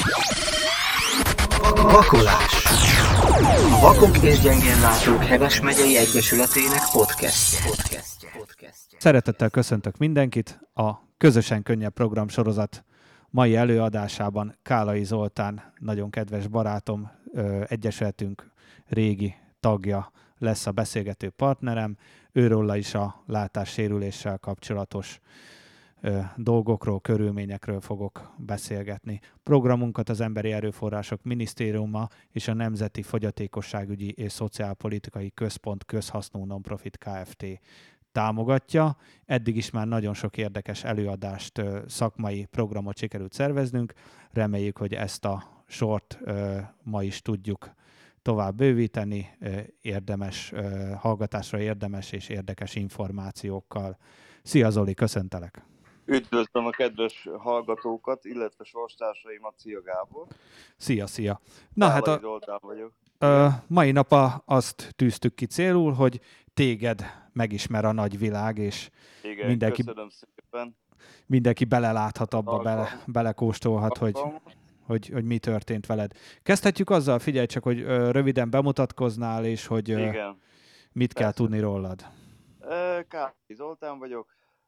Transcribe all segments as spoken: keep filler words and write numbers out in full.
Vakolás. A Vakok és Gyengénlátók Heves megyei egyesületének podcastje. podcastje. podcastje. Szeretettel köszöntök mindenkit a Közösen Könnyebb program sorozat mai előadásában. Kálai Zoltán, nagyon kedves barátom, egyesületünk régi tagja lesz a beszélgető partnerem. Őróla is a látássérüléssel kapcsolatos dolgokról, körülményekről fogok beszélgetni. Programunkat az Emberi Erőforrások Minisztériuma és a Nemzeti Fogyatékosságügyi és Szociálpolitikai Központ közhasznú nonprofit Kft. Támogatja. Eddig is már nagyon sok érdekes előadást, szakmai programot sikerült szerveznünk. Reméljük, hogy ezt a sort ma is tudjuk tovább bővíteni, érdemes hallgatásra, érdemes és érdekes információkkal. Szia Zoli, köszöntelek! Üdvözlöm a kedves hallgatókat, illetve sorstársaimat, szia Gábor! Szia, szia! Na hát a Zoltán vagyok. Ö, mai nap a, azt tűztük ki célul, hogy téged megismer a nagyvilág, és Igen, mindenki, köszönöm szépen. mindenki beleláthat abba, bele, belekóstolhat, hogy, hogy, hogy mi történt veled. Kezdhetjük azzal, figyelj csak, hogy ö, röviden bemutatkoznál, és hogy ö, Igen. mit kell Persze. tudni rólad. Kálai Zoltán vagyok.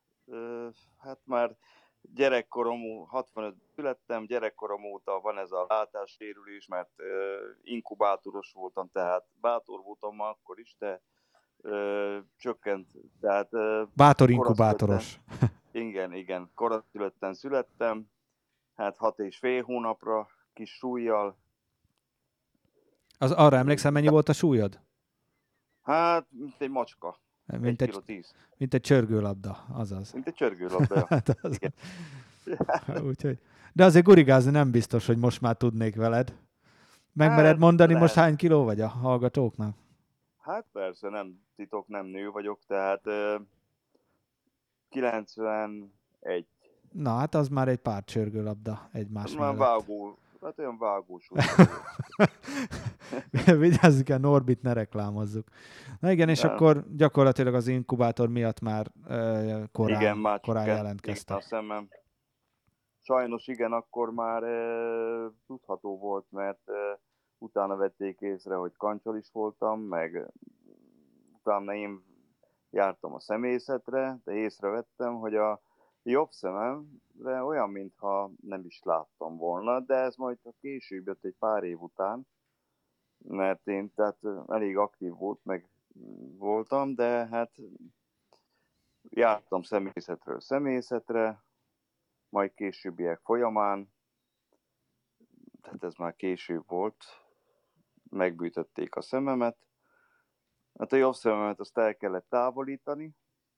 Hát már gyerekkorom, hatvanöt születtem, gyerekkorom óta van ez a látássérülés, mert inkubátoros voltam, tehát bátor voltam ma akkor is, de ö, csökkent. Tehát, Bátor inkubátoros. Igen, igen. Koraszülötten születtem, hát hat és fél hónapra, kis súlyjal. Az, arra emlékszem, mennyi volt a súlyod? Hát, mint egy macska. Mint egy, egy, tíz. mint egy csörgőlabda, azaz. Mint egy csörgőlabda. Hát az, úgyhogy. De azért gurigázni nem biztos, hogy most már tudnék veled. Megmered Hát, mondani, lehet. most hány kiló vagy a hallgatóknak? Hát persze, nem titok, nem nő vagyok, tehát uh, kilencvenegy. Na, hát az már egy pár csörgőlabda egymás Már mellett. vágó, hát olyan vágós. Vigyázzuk el, Norbit ne reklámozzuk. Na igen, és Nem. akkor gyakorlatilag az inkubátor miatt már uh, korán, Igen, már korán csökkent jelentkezte. a szemem. Sajnos igen, akkor már uh, tudható volt, mert uh, utána vették észre, hogy kancsal is voltam, meg utána én jártam a szemészetre, de észrevettem, hogy a jobb szememre olyan, mintha nem is láttam volna, de ez majd később jött egy pár év után, mert én tehát elég aktív volt, meg voltam, de hát jártam szemészetről szemészetre, majd későbbiek folyamán, tehát ez már később volt, megbűtötték a szememet. Hát a jobb szememet azt el kellett távolítani,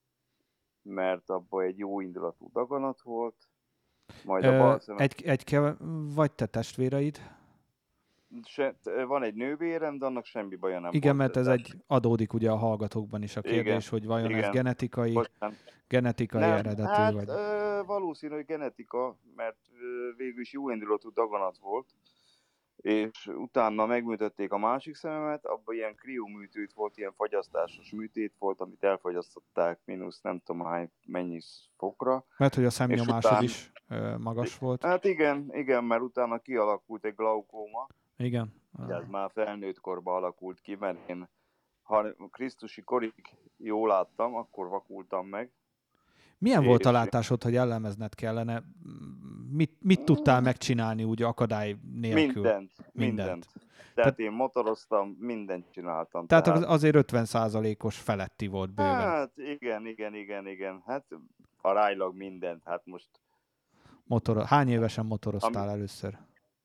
mert abban egy jó indulatú daganat volt. Majd a bal szemem... Egy, egy ke... vagy te testvéreid? Se, van egy nővérem, de annak semmi baja nem Igen, volt. mert ez egy adódik ugye a hallgatókban is a kérdés, igen, hogy vajon igen. ez genetikai, Bocsán. genetikai nem, eredetű hát, vagy. Ö, valószínű, hogy genetika, mert ö, végül is jó indulatú daganat volt, és utána megműtötték a másik szememet, abban ilyen krióműtét volt, ilyen fagyasztásos műtét volt, amit elfagyasztották mínusz nem tudom hány, mennyi fokra. Mert hogy a szemnyomásod után... is ö, magas volt. Hát igen, igen, mert utána kialakult egy glaukóma. Igen. Ez már felnőtt korban alakult ki, mert én ha krisztusi korig jól láttam, akkor vakultam meg. Milyen volt a látásod, hogy jellemezned kellene? Mit, mit tudtál megcsinálni úgy akadály nélkül? Mindent, mindent. mindent. Tehát Te... én motoroztam, mindent csináltam. Tehát, tehát azért ötven százalékos feletti volt bőven. Hát igen, igen, igen, igen. Hát aránylag mindent. Hát most... Motor... Hány évesen motoroztál Am... először?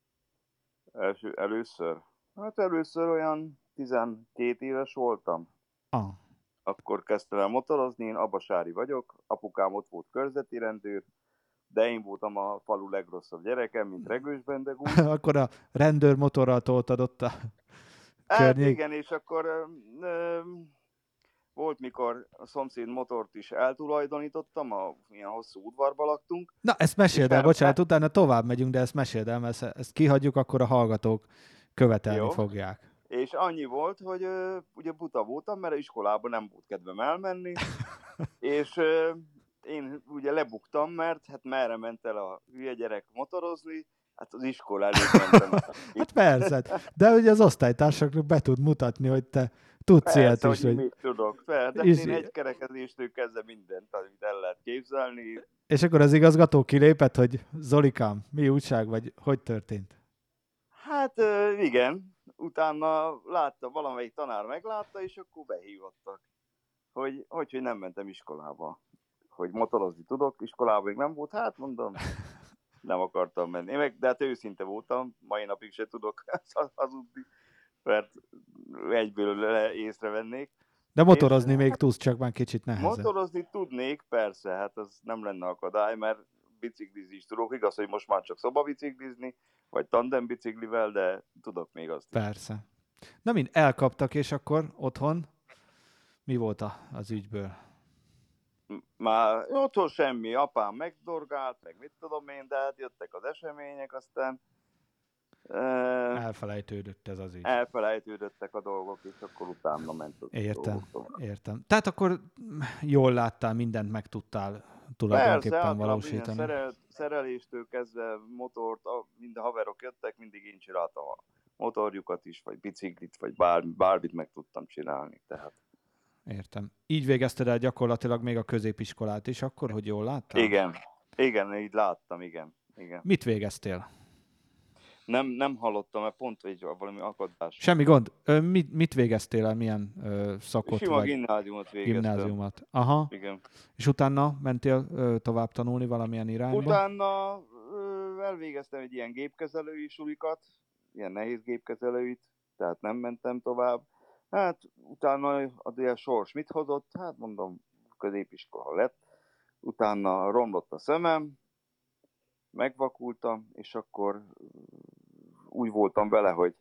Első, először? Hát először olyan tizenkét éves voltam. Ah. Akkor kezdtem el motorozni, én abasári vagyok, apukám ott volt körzeti rendőr, de én voltam a falu legrosszabb gyereke, mint Regős Bendegúz. Akkor a rendőr motorral toltad ott a hát környék. Igen, és akkor ö, ö, volt, mikor a szomszéd motort is eltulajdonítottam, a ilyen hosszú udvarba laktunk. Na, ezt meséld el, bocsánat, utána tovább megyünk, de ezt meséld el, mert ezt kihagyjuk, akkor a hallgatók követelni Jó. fogják. És annyi volt, hogy ö, ugye buta voltam, mert iskolában nem volt kedvem elmenni, és ö, én ugye lebuktam, mert hát merre ment el a hülye gyerek motorozni, Hát az iskola előtt mentem. Hát persze, de ugye az osztálytársaknak be tud mutatni, hogy te tudsz ilyet Persze, is. hogy Hogy... mit tudok. De is... én egy kerekezéstől kezdve mindent, amit el lehet képzelni. És akkor az igazgató kilépett, hogy Zolikám, mi újság, vagy hogy történt? Hát igen, utána látta, valamelyik tanár meglátta, és akkor behívottak, hogy, hogy, hogy nem mentem iskolába. Hogy motorozni tudok, iskolában még nem volt, hát mondom, nem akartam menni. Én meg, de hát őszinte voltam, mai napig se tudok hazudni, mert egyből észrevennék. De motorozni és, még tudsz, csak már kicsit nehezebb. Motorozni tudnék, persze, hát az nem lenne akadály, mert biciklizni is tudok. Igaz, hogy most már csak szobabiciklizni, vagy tandem biciklivel, de tudok még azt is. Persze. Na mind, elkaptak, és akkor otthon mi volt a, az ügyből? Már otthon semmi, apám megdorgált, meg mit tudom én, de hát jöttek az események, aztán uh, elfelejtődött ez az ügy. Elfelejtődöttek a dolgok, és akkor utána ment az Értem, dolgok. értem. Tehát akkor jól láttál, mindent meg tudtál tulajdonképpen Persze, valósítani. Szerel, szereléstől kezdve motort, a, mind a haverok jöttek, mindig én csináltam a motorjukat is, vagy biciklit, vagy bármi, bármit meg tudtam csinálni. Tehát. Értem. Így végezted el gyakorlatilag még a középiskolát is, akkor, hogy jól láttál? Igen, igen, így láttam, igen. igen. Mit végeztél? Nem, nem hallottam, mert pont egy valami akadás. Semmi gond. Ö, mit, mit végeztél el, milyen ö, szakot? Sima vagy gimnáziumot végeztem. Gimnáziumot. Aha. Igen. És utána mentél ö, tovább tanulni valamilyen irányba? Utána ö, elvégeztem egy ilyen gépkezelői sulikat, ilyen nehéz gépkezelőit, tehát nem mentem tovább. Hát utána az ilyen sors mit hozott? Hát mondom, középiskola lett. Utána romlott a szemem, megvakultam, és akkor úgy voltam vele, hogy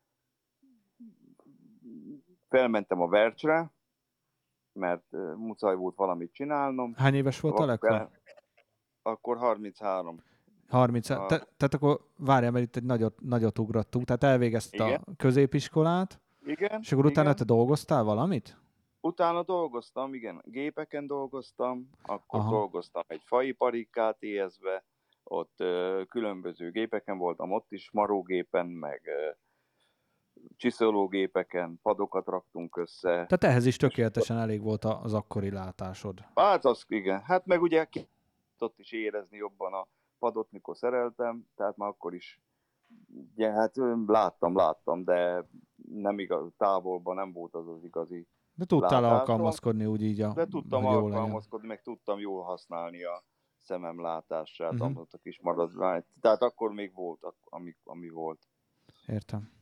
felmentem a Vercsre, mert muszáj volt valamit csinálnom. Hány éves voltál akkor? Akkor harminchárom. harminc. A... Te, tehát akkor várjál, mert itt egy nagyot, nagyot ugrottunk. Tehát elvégezted a középiskolát, igen, és akkor utána igen. te dolgoztál valamit? Utána dolgoztam, igen, gépeken dolgoztam, akkor Aha. dolgoztam egy faipari ká té es-be, ott ö, különböző gépeken voltam, ott is marógépen, meg ö, csiszológépeken, padokat raktunk össze. Tehát ehhez is tökéletesen elég volt az akkori látásod. Hát az igen, hát meg ugye ott is érezni jobban a padot, mikor szereltem, tehát már akkor is, ugye, hát láttam, láttam, de nem igaz, távolban nem volt az az igazi. De tudtál látásom, alkalmazkodni úgy így, a, de tudtam hogy alkalmazkodni, meg tudtam jól használni a szemem látását, uh-huh. amit a kis maradványt. Tehát akkor még volt, ami, ami volt. Értem.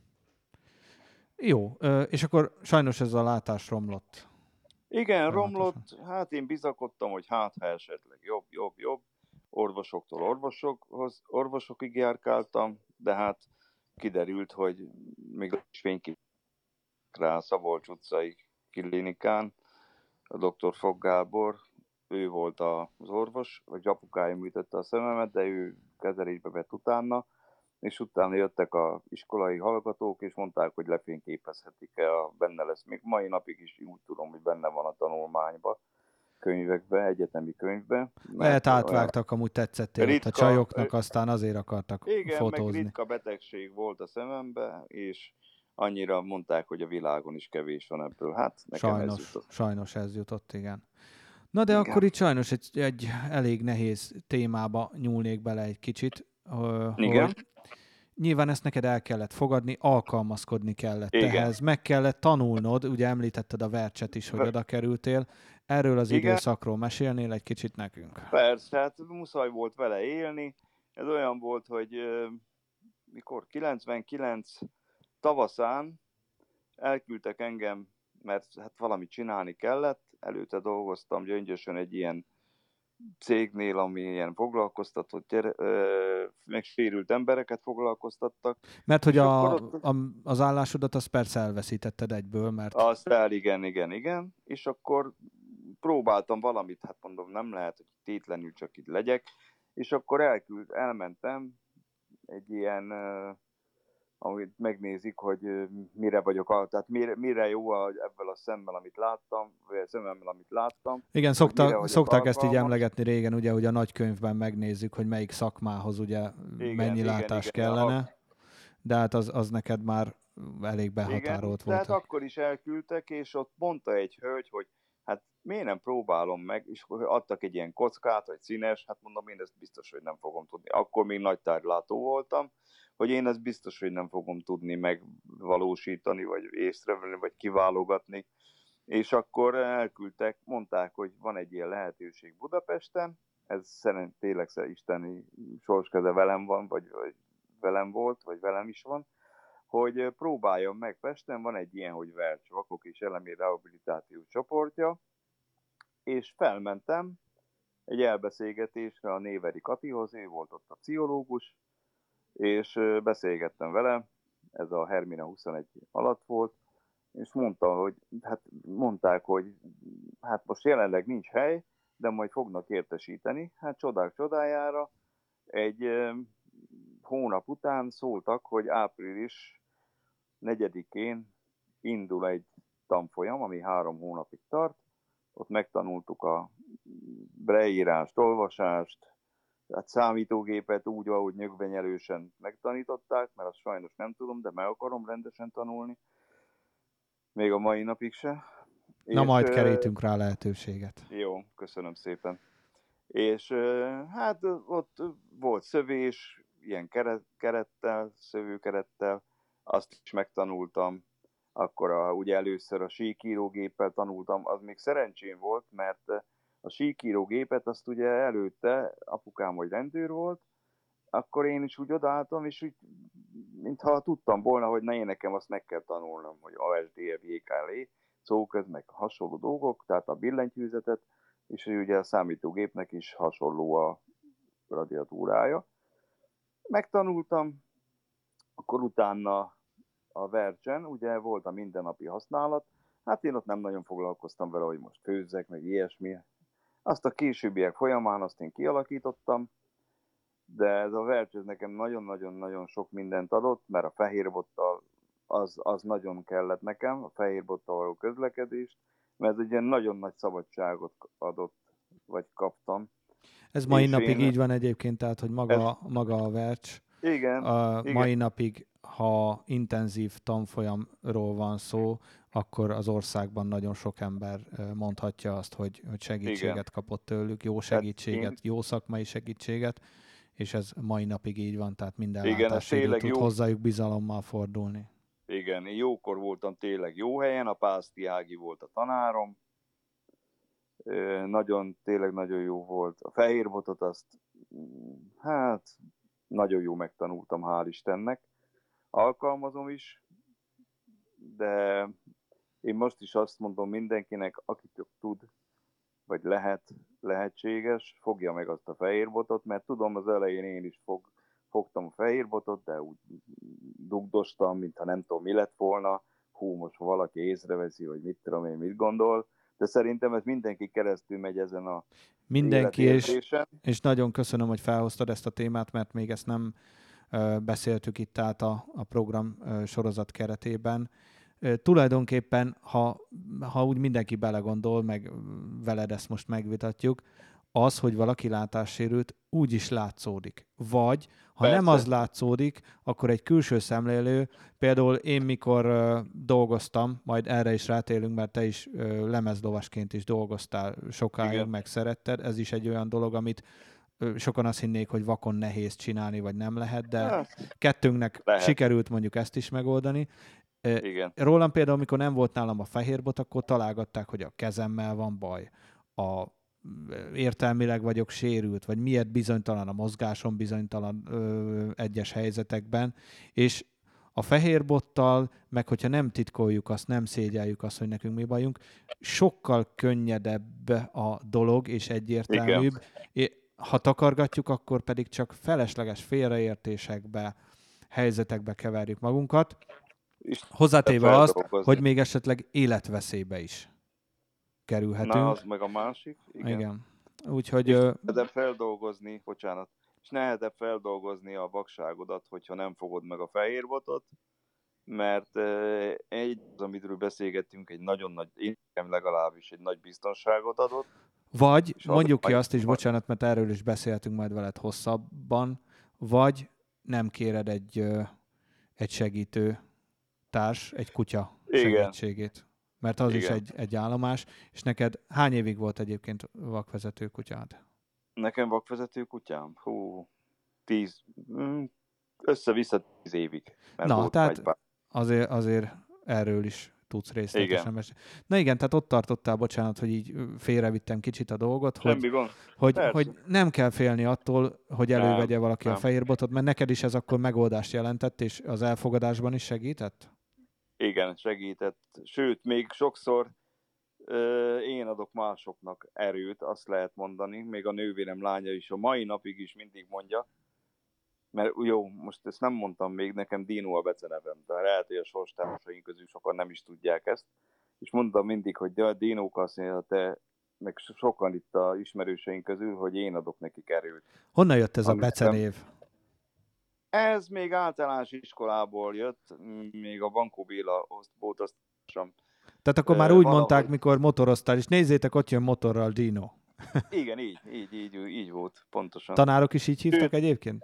Jó, és akkor sajnos ez a látás romlott. Igen, romlott, hát én bizakodtam, hogy hát ha esetleg jobb, jobb, jobb. Orvosoktól orvosokhoz, orvosokig járkáltam, de hát kiderült, hogy még is fénykép rá a Szabolcs utcai klinikán, a doktor Fogh Gábor, ő volt az orvos, vagy apukája műtötte a szememet, de ő kezelésbe vett utána, és utána jöttek az iskolai hallgatók, és mondták, hogy lefényképezhetik-e, a, benne lesz. Még mai napig is úgy tudom, hogy benne van a tanulmányban, könyvekbe, egyetemi könyvbe. Lehet átvágtak, amúgy tetszettél ritka, a csajoknak, aztán azért akartak igen, fotózni. Igen, meg ritka betegség volt a szemembe, és annyira mondták, hogy a világon is kevés van ebből. Hát nekem sajnos, ez jutott. Sajnos ez jutott, igen. Na de igen. akkor itt sajnos egy, egy elég nehéz témába nyúlnék bele egy kicsit. Igen. Hogy nyilván ezt neked el kellett fogadni, alkalmazkodni kellett igen. ehhez, meg kellett tanulnod, ugye említetted a Vercset is, hogy oda kerültél. Erről az igen. időszakról mesélnél egy kicsit nekünk? Persze, hát muszáj volt vele élni. Ez olyan volt, hogy euh, mikor kilencvenkilenc tavaszán elküldtek engem, mert hát valamit csinálni kellett. Előtte dolgoztam Gyöngyösön egy ilyen cégnél, ami ilyen foglalkoztatott, gyere, ö, megsérült embereket foglalkoztattak. Mert hogy a, ott... a, az állásodat azt persze elveszítetted egyből, mert... Azt el, igen, igen, igen. És akkor próbáltam valamit, hát mondom, nem lehet, hogy tétlenül csak itt legyek. És akkor elküld, elmentem egy ilyen ö, amit megnézik, hogy mire vagyok, tehát mire, mire jó a, ebből a szemmel, amit láttam, vagy a szemmel, amit láttam. Igen, szokta, mire szokták ezt így alkalmas. emlegetni régen, ugye, hogy a nagykönyvben megnézzük, hogy melyik szakmához ugye Igen, mennyi igen, látás igen, kellene, a... de hát az, az neked már elég behatárolt igen, volt. tehát akkor is elküldtek, és ott mondta egy hölgy, hogy hát miért nem próbálom meg, és adtak egy ilyen kockát, vagy színes, hát mondom, én ezt biztos, hogy nem fogom tudni. Akkor még nagy tárlátó voltam, hogy én ezt biztos, hogy nem fogom tudni megvalósítani, vagy észrevenni, vagy kiválogatni. És akkor elküldtek, mondták, hogy van egy ilyen lehetőség Budapesten, ez szerint tényleg isteni sorskeze velem van, vagy, vagy velem volt, vagy velem is van, hogy próbáljon meg Pesten, van egy ilyen, hogy Vercs vakok és elemi rehabilitáció csoportja, és felmentem egy elbeszélgetésre a Néveri Katihoz, ő volt ott a pszichológus, és beszélgettem vele, ez a Hermina huszonegy alatt volt, és mondta, hogy, hát mondták, hogy hát most jelenleg nincs hely, de majd fognak értesíteni. Hát csodák csodájára egy eh, hónap után szóltak, hogy április negyedikén indul egy tanfolyam, ami három hónapig tart. Ott megtanultuk a breírást, olvasást, hát számítógépet úgy, ahogy nyögvenyelősen megtanították, mert azt sajnos nem tudom, de meg akarom rendesen tanulni. Még a mai napig se. Na és, majd kerítünk rá lehetőséget. Jó, köszönöm szépen. És hát ott volt szövés, ilyen keret, kerettel, szövőkerettel, azt is megtanultam. Akkor a, ugye először a síkírógéppel tanultam, az még szerencsém volt, mert a síkírógépet azt ugye előtte apukám, hogy rendőr volt, akkor én is úgy odaálltam, és úgy, mintha tudtam volna, hogy na én nekem azt meg kell tanulnom, hogy á es dé ef, jé ká el é, szóköz, meg hasonló dolgok, tehát a billentyűzetet, és ugye a számítógépnek is hasonló a radiatúrája. Megtanultam, akkor utána a Vercsen, ugye volt a mindennapi használat, hát én ott nem nagyon foglalkoztam vele, hogy most főzzek, meg ilyesmi. Azt a későbbiek folyamán azt én kialakítottam, de ez a Vercs ez nekem nagyon-nagyon-nagyon sok mindent adott, mert a fehérbottal az, az nagyon kellett nekem, a fehérbottal való közlekedést, mert ugye nagyon nagy szabadságot adott, vagy kaptam. Ez mai És napig én... így van egyébként, tehát, hogy maga, ez... maga a Vercs, igen, a igen. mai napig, ha intenzív tanfolyamról van szó, akkor az országban nagyon sok ember mondhatja azt, hogy, hogy segítséget igen. kapott tőlük, jó segítséget, én... jó szakmai segítséget, és ez mai napig így van, tehát minden látássérült tud jó... hozzájuk bizalommal fordulni. Igen, én jókor voltam tényleg jó helyen, a Pászti Ági volt a tanárom, nagyon, tényleg nagyon jó volt. A fehérbotot azt, hát nagyon jó megtanultam, hál' Istennek. Alkalmazom is, de én most is azt mondom mindenkinek, aki tud, vagy lehet, lehetséges, fogja meg azt a fehérbotot, mert tudom, az elején én is fog, fogtam a fehérbotot, de úgy dugdostam, mintha nem tudom, mi lett volna. Hú, most valaki észreveszi, hogy mit tudom én, mit gondol. De szerintem ez mindenki keresztül megy ezen a Mindenki, és, és nagyon köszönöm, hogy felhoztad ezt a témát, mert még ezt nem uh, beszéltük itt át a, a program uh, sorozat keretében. Uh, tulajdonképpen, ha, ha úgy mindenki belegondol, meg veled ezt most megvitatjuk, az, hogy valaki látássérült, úgy is látszódik. Vagy, ha Persze. nem az látszódik, akkor egy külső szemlélő, például én mikor uh, dolgoztam, majd erre is rátélünk, mert te is uh, lemezlovasként is dolgoztál sokáig, Igen. meg szeretted. Ez is egy olyan dolog, amit uh, sokan azt hinnék, hogy vakon nehéz csinálni, vagy nem lehet, de hát, kettőnknek lehet. Sikerült mondjuk ezt is megoldani. Uh, Igen. Rólam például, amikor nem volt nálam a fehérbot, akkor találgatták, hogy a kezemmel van baj, a értelmileg vagyok sérült, vagy miért bizonytalan a mozgásom, bizonytalan ö, egyes helyzetekben, és a fehérbottal, meg hogyha nem titkoljuk azt, nem szégyeljük azt, hogy nekünk mi bajunk, sokkal könnyedebb a dolog, és egyértelműbb. Igen. Ha takargatjuk, akkor pedig csak felesleges félreértésekbe, helyzetekbe keverjük magunkat, hozzátéve azt, hogy még esetleg életveszélybe is kerülhetünk. Na, az meg a másik. Igen. Igen. Úgyhogy... És de feldolgozni, bocsánat, és nehezebb feldolgozni a vakságodat, hogyha nem fogod meg a fehérbotot, mert uh, egy, az, amitről beszélgettünk, egy nagyon nagy, én legalábbis egy nagy biztonságot adott. Vagy mondjuk ki az, azt is, bocsánat, mert erről is beszélhetünk majd veled hosszabban, vagy nem kéred egy, egy segítő társ, egy kutya segítségét. Mert az Igen. is egy, egy állomás. És neked hány évig volt egyébként vakvezető kutyád? Nekem vakvezető kutyám? Hú, tíz, össze-vissza tíz évig. Na, tehát azért, azért erről is tudsz részletesen mesélni. Na igen, tehát ott tartottál, bocsánat, hogy így félrevittem kicsit a dolgot, hogy, hogy, hogy nem kell félni attól, hogy elővegye nem, valaki nem. a fehérbotot, mert neked is ez akkor megoldást jelentett, és az elfogadásban is segített? Igen, segített. Sőt, még sokszor euh, én adok másoknak erőt, azt lehet mondani, még a nővérem lánya is a mai napig is mindig mondja, mert jó, most ezt nem mondtam még, nekem Dino a becenevem, de lehet, hogy a sorstársaink közül sokan nem is tudják ezt. És mondtam mindig, hogy de a Dinók azt mondja, te, meg sokan itt a ismerőseink közül, hogy én adok nekik erőt. Honnan jött ez a becenév? Ez még általános iskolából jött, még a Bankó Béla volt azt sem. Tehát akkor már úgy valahogy... mondták, mikor motoroztál, és nézzétek, ott jön motorral Dino. Igen, így, így, így, így volt, pontosan. Tanárok is így hívtak ő... egyébként?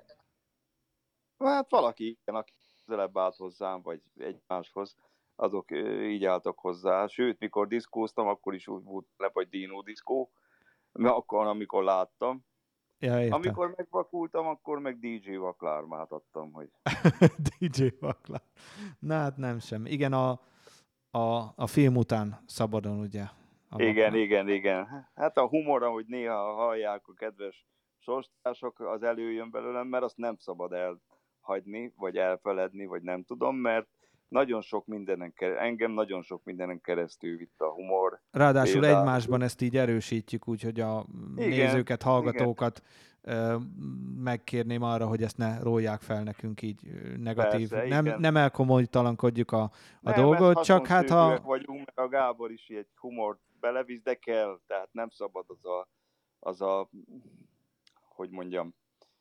Hát valaki, igen, aki közelebb állt hozzám, vagy egymáshoz, azok így álltak hozzá. Sőt, mikor diszkóztam, akkor is úgy volt le, vagy Dino diszkó, akkor, amikor láttam. Ja, amikor megvakultam, akkor meg dé dzsé Vaklármát adtam, hogy... dé dzsé Vaklár. Na hát nem sem. Igen, a, a, a film után szabadon, ugye? Igen, Vaklár. igen, igen. Hát a humor, ahogy néha hallják a kedves sorstársak, az előjön belőlem, mert azt nem szabad elhagyni, vagy elfeledni, vagy nem tudom, mert nagyon sok mindenen, engem nagyon sok mindenen keresztül vitt a humor. Ráadásul például... egymásban ezt így erősítjük, úgyhogy a igen, nézőket, hallgatókat igen. megkérném arra, hogy ezt ne rólják fel nekünk így negatív. Persze, nem, nem elkomolytalankodjuk a, a nem, dolgot, csak hát ha... vagyunk, a Gábor is egy humort belevisz, de kell, tehát nem szabad az a, az a hogy mondjam,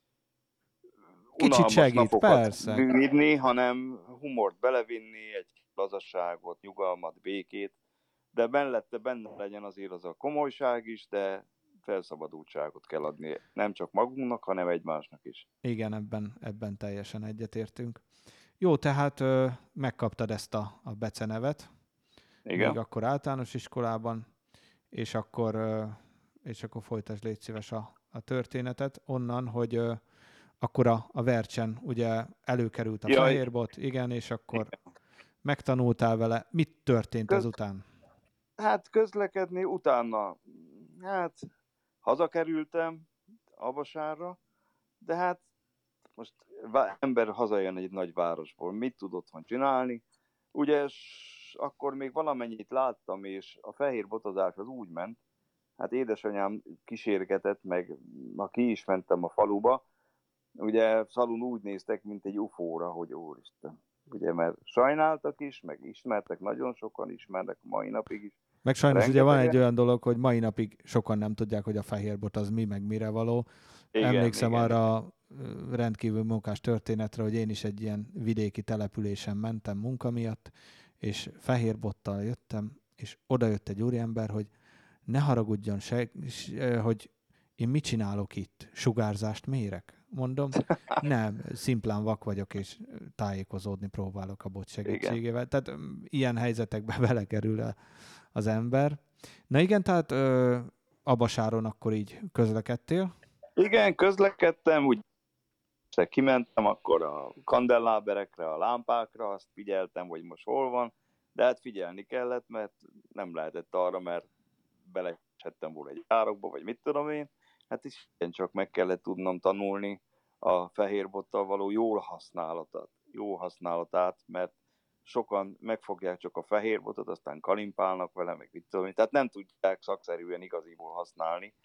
kicsit segít, persze. Vinni, hanem humort belevinni, egy lazaságot, nyugalmat, békét, de mellette benne legyen azért az a komolyság is, de felszabadultságot kell adni. Nem csak magunknak, hanem egymásnak is. Igen, ebben, ebben teljesen egyetértünk. Jó, tehát ö, megkaptad ezt a, a becenevet. Igen. Még akkor általános iskolában, és akkor, ö, és akkor folytasd, légy szíves a, a történetet onnan, hogy ö, akkor a, a Vercsen ugye előkerült a Jaj. fehérbot, igen, és akkor igen. megtanultál vele. Mit történt Köz... ezután? Hát közlekedni utána, hát hazakerültem Abasárra, de hát most ember hazajön egy nagy városból, mit tud otthon csinálni? Ugye akkor még valamennyit láttam, és a fehér botozás az úgy ment, hát édesanyám kísérgetett, meg ha ki is mentem a faluba, ugye Szalun úgy néztek, mint egy ufóra, hogy úristen. Ugye, mert sajnáltak is, meg ismertek, nagyon sokan ismernek a mai napig is. Meg sajnos ugye van egy olyan dolog, hogy mai napig sokan nem tudják, hogy a fehérbot az mi, meg mire való. Igen, Emlékszem igen. arra a rendkívül munkás történetre, hogy én is egy ilyen vidéki településen mentem munka miatt, és fehérbottal jöttem, és oda jött egy úriember, hogy ne haragudjon se, hogy én mit csinálok itt? Sugárzást mérek? Mondom, nem, szimplán vak vagyok, és tájékozódni próbálok a bot segítségével. Igen. Tehát ilyen helyzetekbe belekerül az ember. Na igen, tehát ö, Abasáron akkor így közlekedtél? Igen, közlekedtem, úgy kimentem akkor a kandelláberekre, a lámpákra, azt figyeltem, hogy most hol van, de hát figyelni kellett, mert nem lehetett arra, mert beleeshettem volna egy árokba, vagy mit tudom én. Hát is csak meg kellett tudnom tanulni a fehérbottal való jól használatát, jó használatát, mert sokan megfogják csak a fehérbotot, aztán kalimpálnak vele, meg mit tudom én. Tehát nem tudják szakszerűen igaziból használni,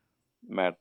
mert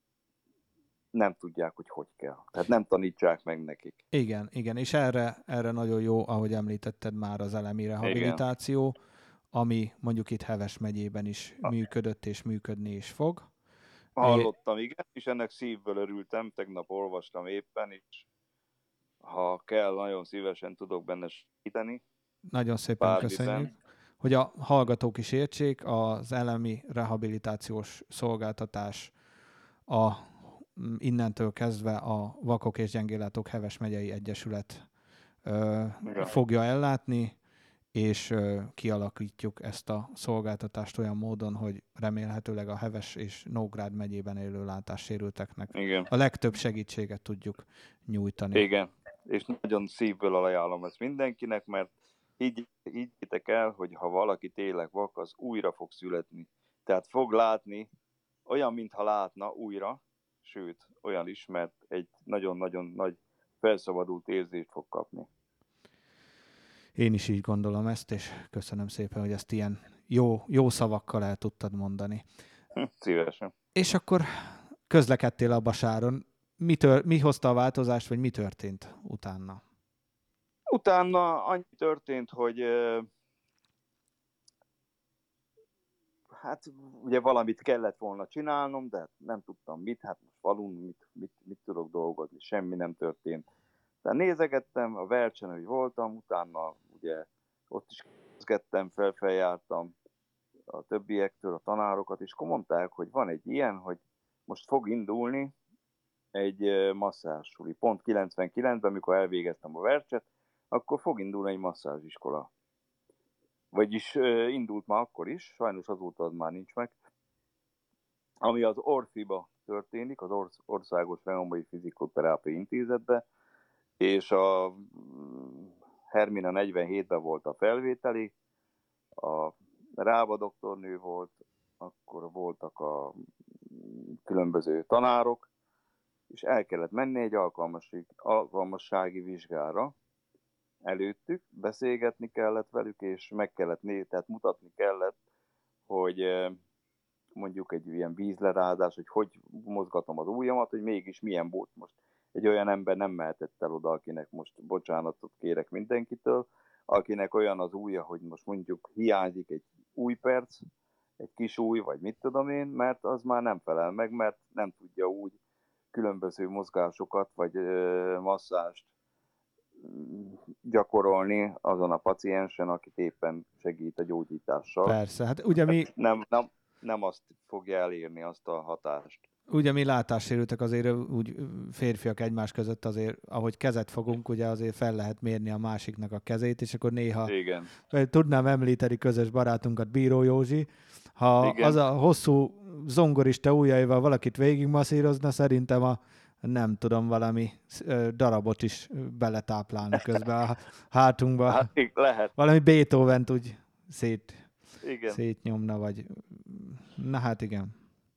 nem tudják, hogy hogy kell. Tehát nem tanítsák meg nekik. Igen, igen, és erre, erre nagyon jó, ahogy említetted már, az elemi rehabilitáció, igen. ami mondjuk itt Heves megyében is működött és működni is fog. Hallottam, igen, és ennek szívből örültem, tegnap olvastam éppen, és ha kell, nagyon szívesen tudok benne segíteni. Nagyon szépen Bármiben. köszönjük. Hogy a hallgatók is értsék, az elemi rehabilitációs szolgáltatás a, innentől kezdve a Vakok és Gyengéllátók Heves megyei egyesület ö, fogja ellátni, és ö, kialakítjuk ezt a szolgáltatást olyan módon, hogy remélhetőleg a Heves és Nógrád megyében élő látássérülteknek Igen. a legtöbb segítséget tudjuk nyújtani. Igen, és nagyon szívből ajánlom ezt mindenkinek, mert így higgyétek el, hogy ha valaki tényleg vak, az újra fog születni. Tehát fog látni, olyan, mintha látna újra, sőt, olyan is, mert egy nagyon-nagyon nagy felszabadult érzést fog kapni. Én is így gondolom ezt, és köszönöm szépen, hogy ezt ilyen jó, jó szavakkal el tudtad mondani. Szívesen. És akkor közlekedtél a Basáron. Mi, tör, mi hozta a változást, vagy mi történt utána? Utána annyi történt, hogy hát ugye valamit kellett volna csinálnom, de nem tudtam mit, hát most falun mit, mit, mit tudok dolgozni, semmi nem történt. De nézegettem, a Vercsen, hogy voltam, utána ugye ott is kezdgettem, felfeljártam a többiektől, a tanárokat, és akkor mondták, hogy van egy ilyen, hogy most fog indulni egy masszázsuli. Pont kilencvenkilencben, amikor elvégeztem a Vercset, akkor fog indulni egy masszázsiskola. Vagyis uh, indult már akkor is, sajnos azóta az már nincs meg. Ami az Orfiba történik, az Orsz- Országos Reumai Fizikoterápiai Intézetben, és a Hermina negyvenhétben volt a felvételi, a Rába doktornő volt, akkor voltak a különböző tanárok, és el kellett menni egy alkalmassági vizsgára előttük, beszélgetni kellett velük, és meg kellett nézni, tehát mutatni kellett, hogy mondjuk egy ilyen vízlerázás, hogy hogy mozgatom az ujjamat, hogy mégis milyen volt most. Egy olyan ember nem mehetett el oda, akinek most bocsánatot kérek mindenkitől, akinek olyan az ujja, hogy most mondjuk hiányzik egy új perc, egy kis új, vagy mit tudom én, mert az már nem felel meg, mert nem tudja úgy különböző mozgásokat, vagy ö, masszást gyakorolni azon a paciensen, akit éppen segít a gyógyítással. Persze, hát ugye mi... Nem, nem, nem azt fogja elérni, azt a hatást. Ugye mi látássérültek azért úgy férfiak egymás között azért, ahogy kezet fogunk, ugye azért fel lehet mérni a másiknak a kezét, és akkor néha Igen. tudnám említeni közös barátunkat, Bíró Józsi, ha Igen. az a hosszú zongorista ujjaival valakit végigmasszírozna, szerintem a nem tudom, valami darabot is beletáplálna közben a hátunkba. Hát lehet. Valami Beethovent úgy szét, igen. szétnyomna, vagy... Na hát igen.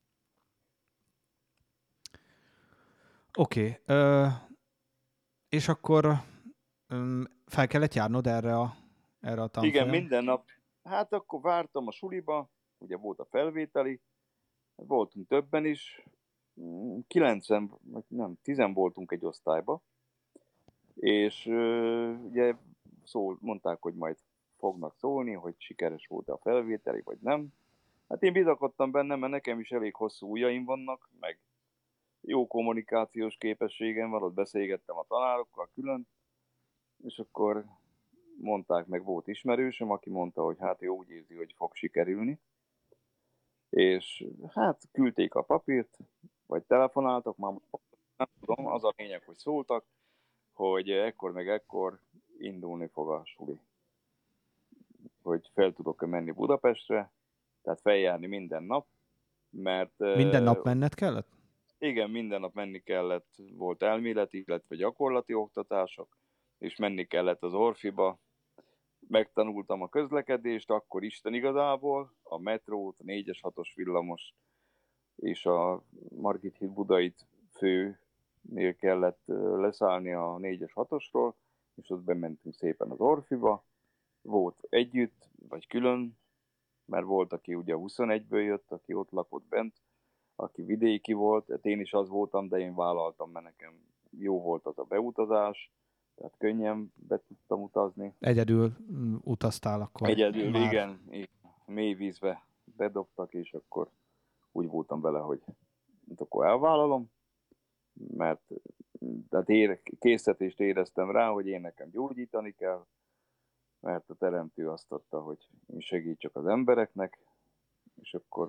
Oké. Okay. És akkor öm, fel kellett járnod erre a, erre a tanfolyam? Igen, minden nap. Hát akkor vártam a suliba, ugye volt a felvételi, voltunk többen is, kilencen, vagy nem, tizen voltunk egy osztályba, és ugye szól, mondták, hogy majd fognak szólni, hogy sikeres volt a felvételi, vagy nem. Hát én bizakodtam benne, mert nekem is elég hosszú ujjaim vannak, meg jó kommunikációs képességem van, ott beszélgettem a tanárokkal külön, és akkor mondták, meg volt ismerősöm, aki mondta, hogy hát ő úgy érzi, hogy fog sikerülni. És hát küldték a papírt, vagy telefonáltak, már nem tudom, az a lényeg, hogy szóltak, hogy ekkor meg ekkor indulni fog a suli. Hogy fel tudok-e menni Budapestre, tehát feljárni minden nap, mert... Minden nap menned kellett? Igen, minden nap menni kellett, volt elméleti, illetve gyakorlati oktatások, és menni kellett az Orfiba. Megtanultam a közlekedést, akkor Isten igazából, a metrót, a négyes hatos villamos és a Margit híd Budait főnél kellett leszállni a négyes hatosról, és ott bementünk szépen az Orfiba. Volt együtt, vagy külön, mert volt, aki ugye huszonegyből jött, aki ott lakott bent, aki vidéki volt, hát én is az voltam, de én vállaltam, mert nekem jó volt az a beutazás, tehát könnyen be tudtam utazni. Egyedül utaztál akkor? Egyedül, már. igen, mély vízbe bedobtak, és akkor úgy voltam vele, hogy akkor elvállalom, mert tehát ér, készítést éreztem rá, hogy én nekem gyógyítani kell, mert a teremtő azt adta, hogy én segítsek az embereknek, és akkor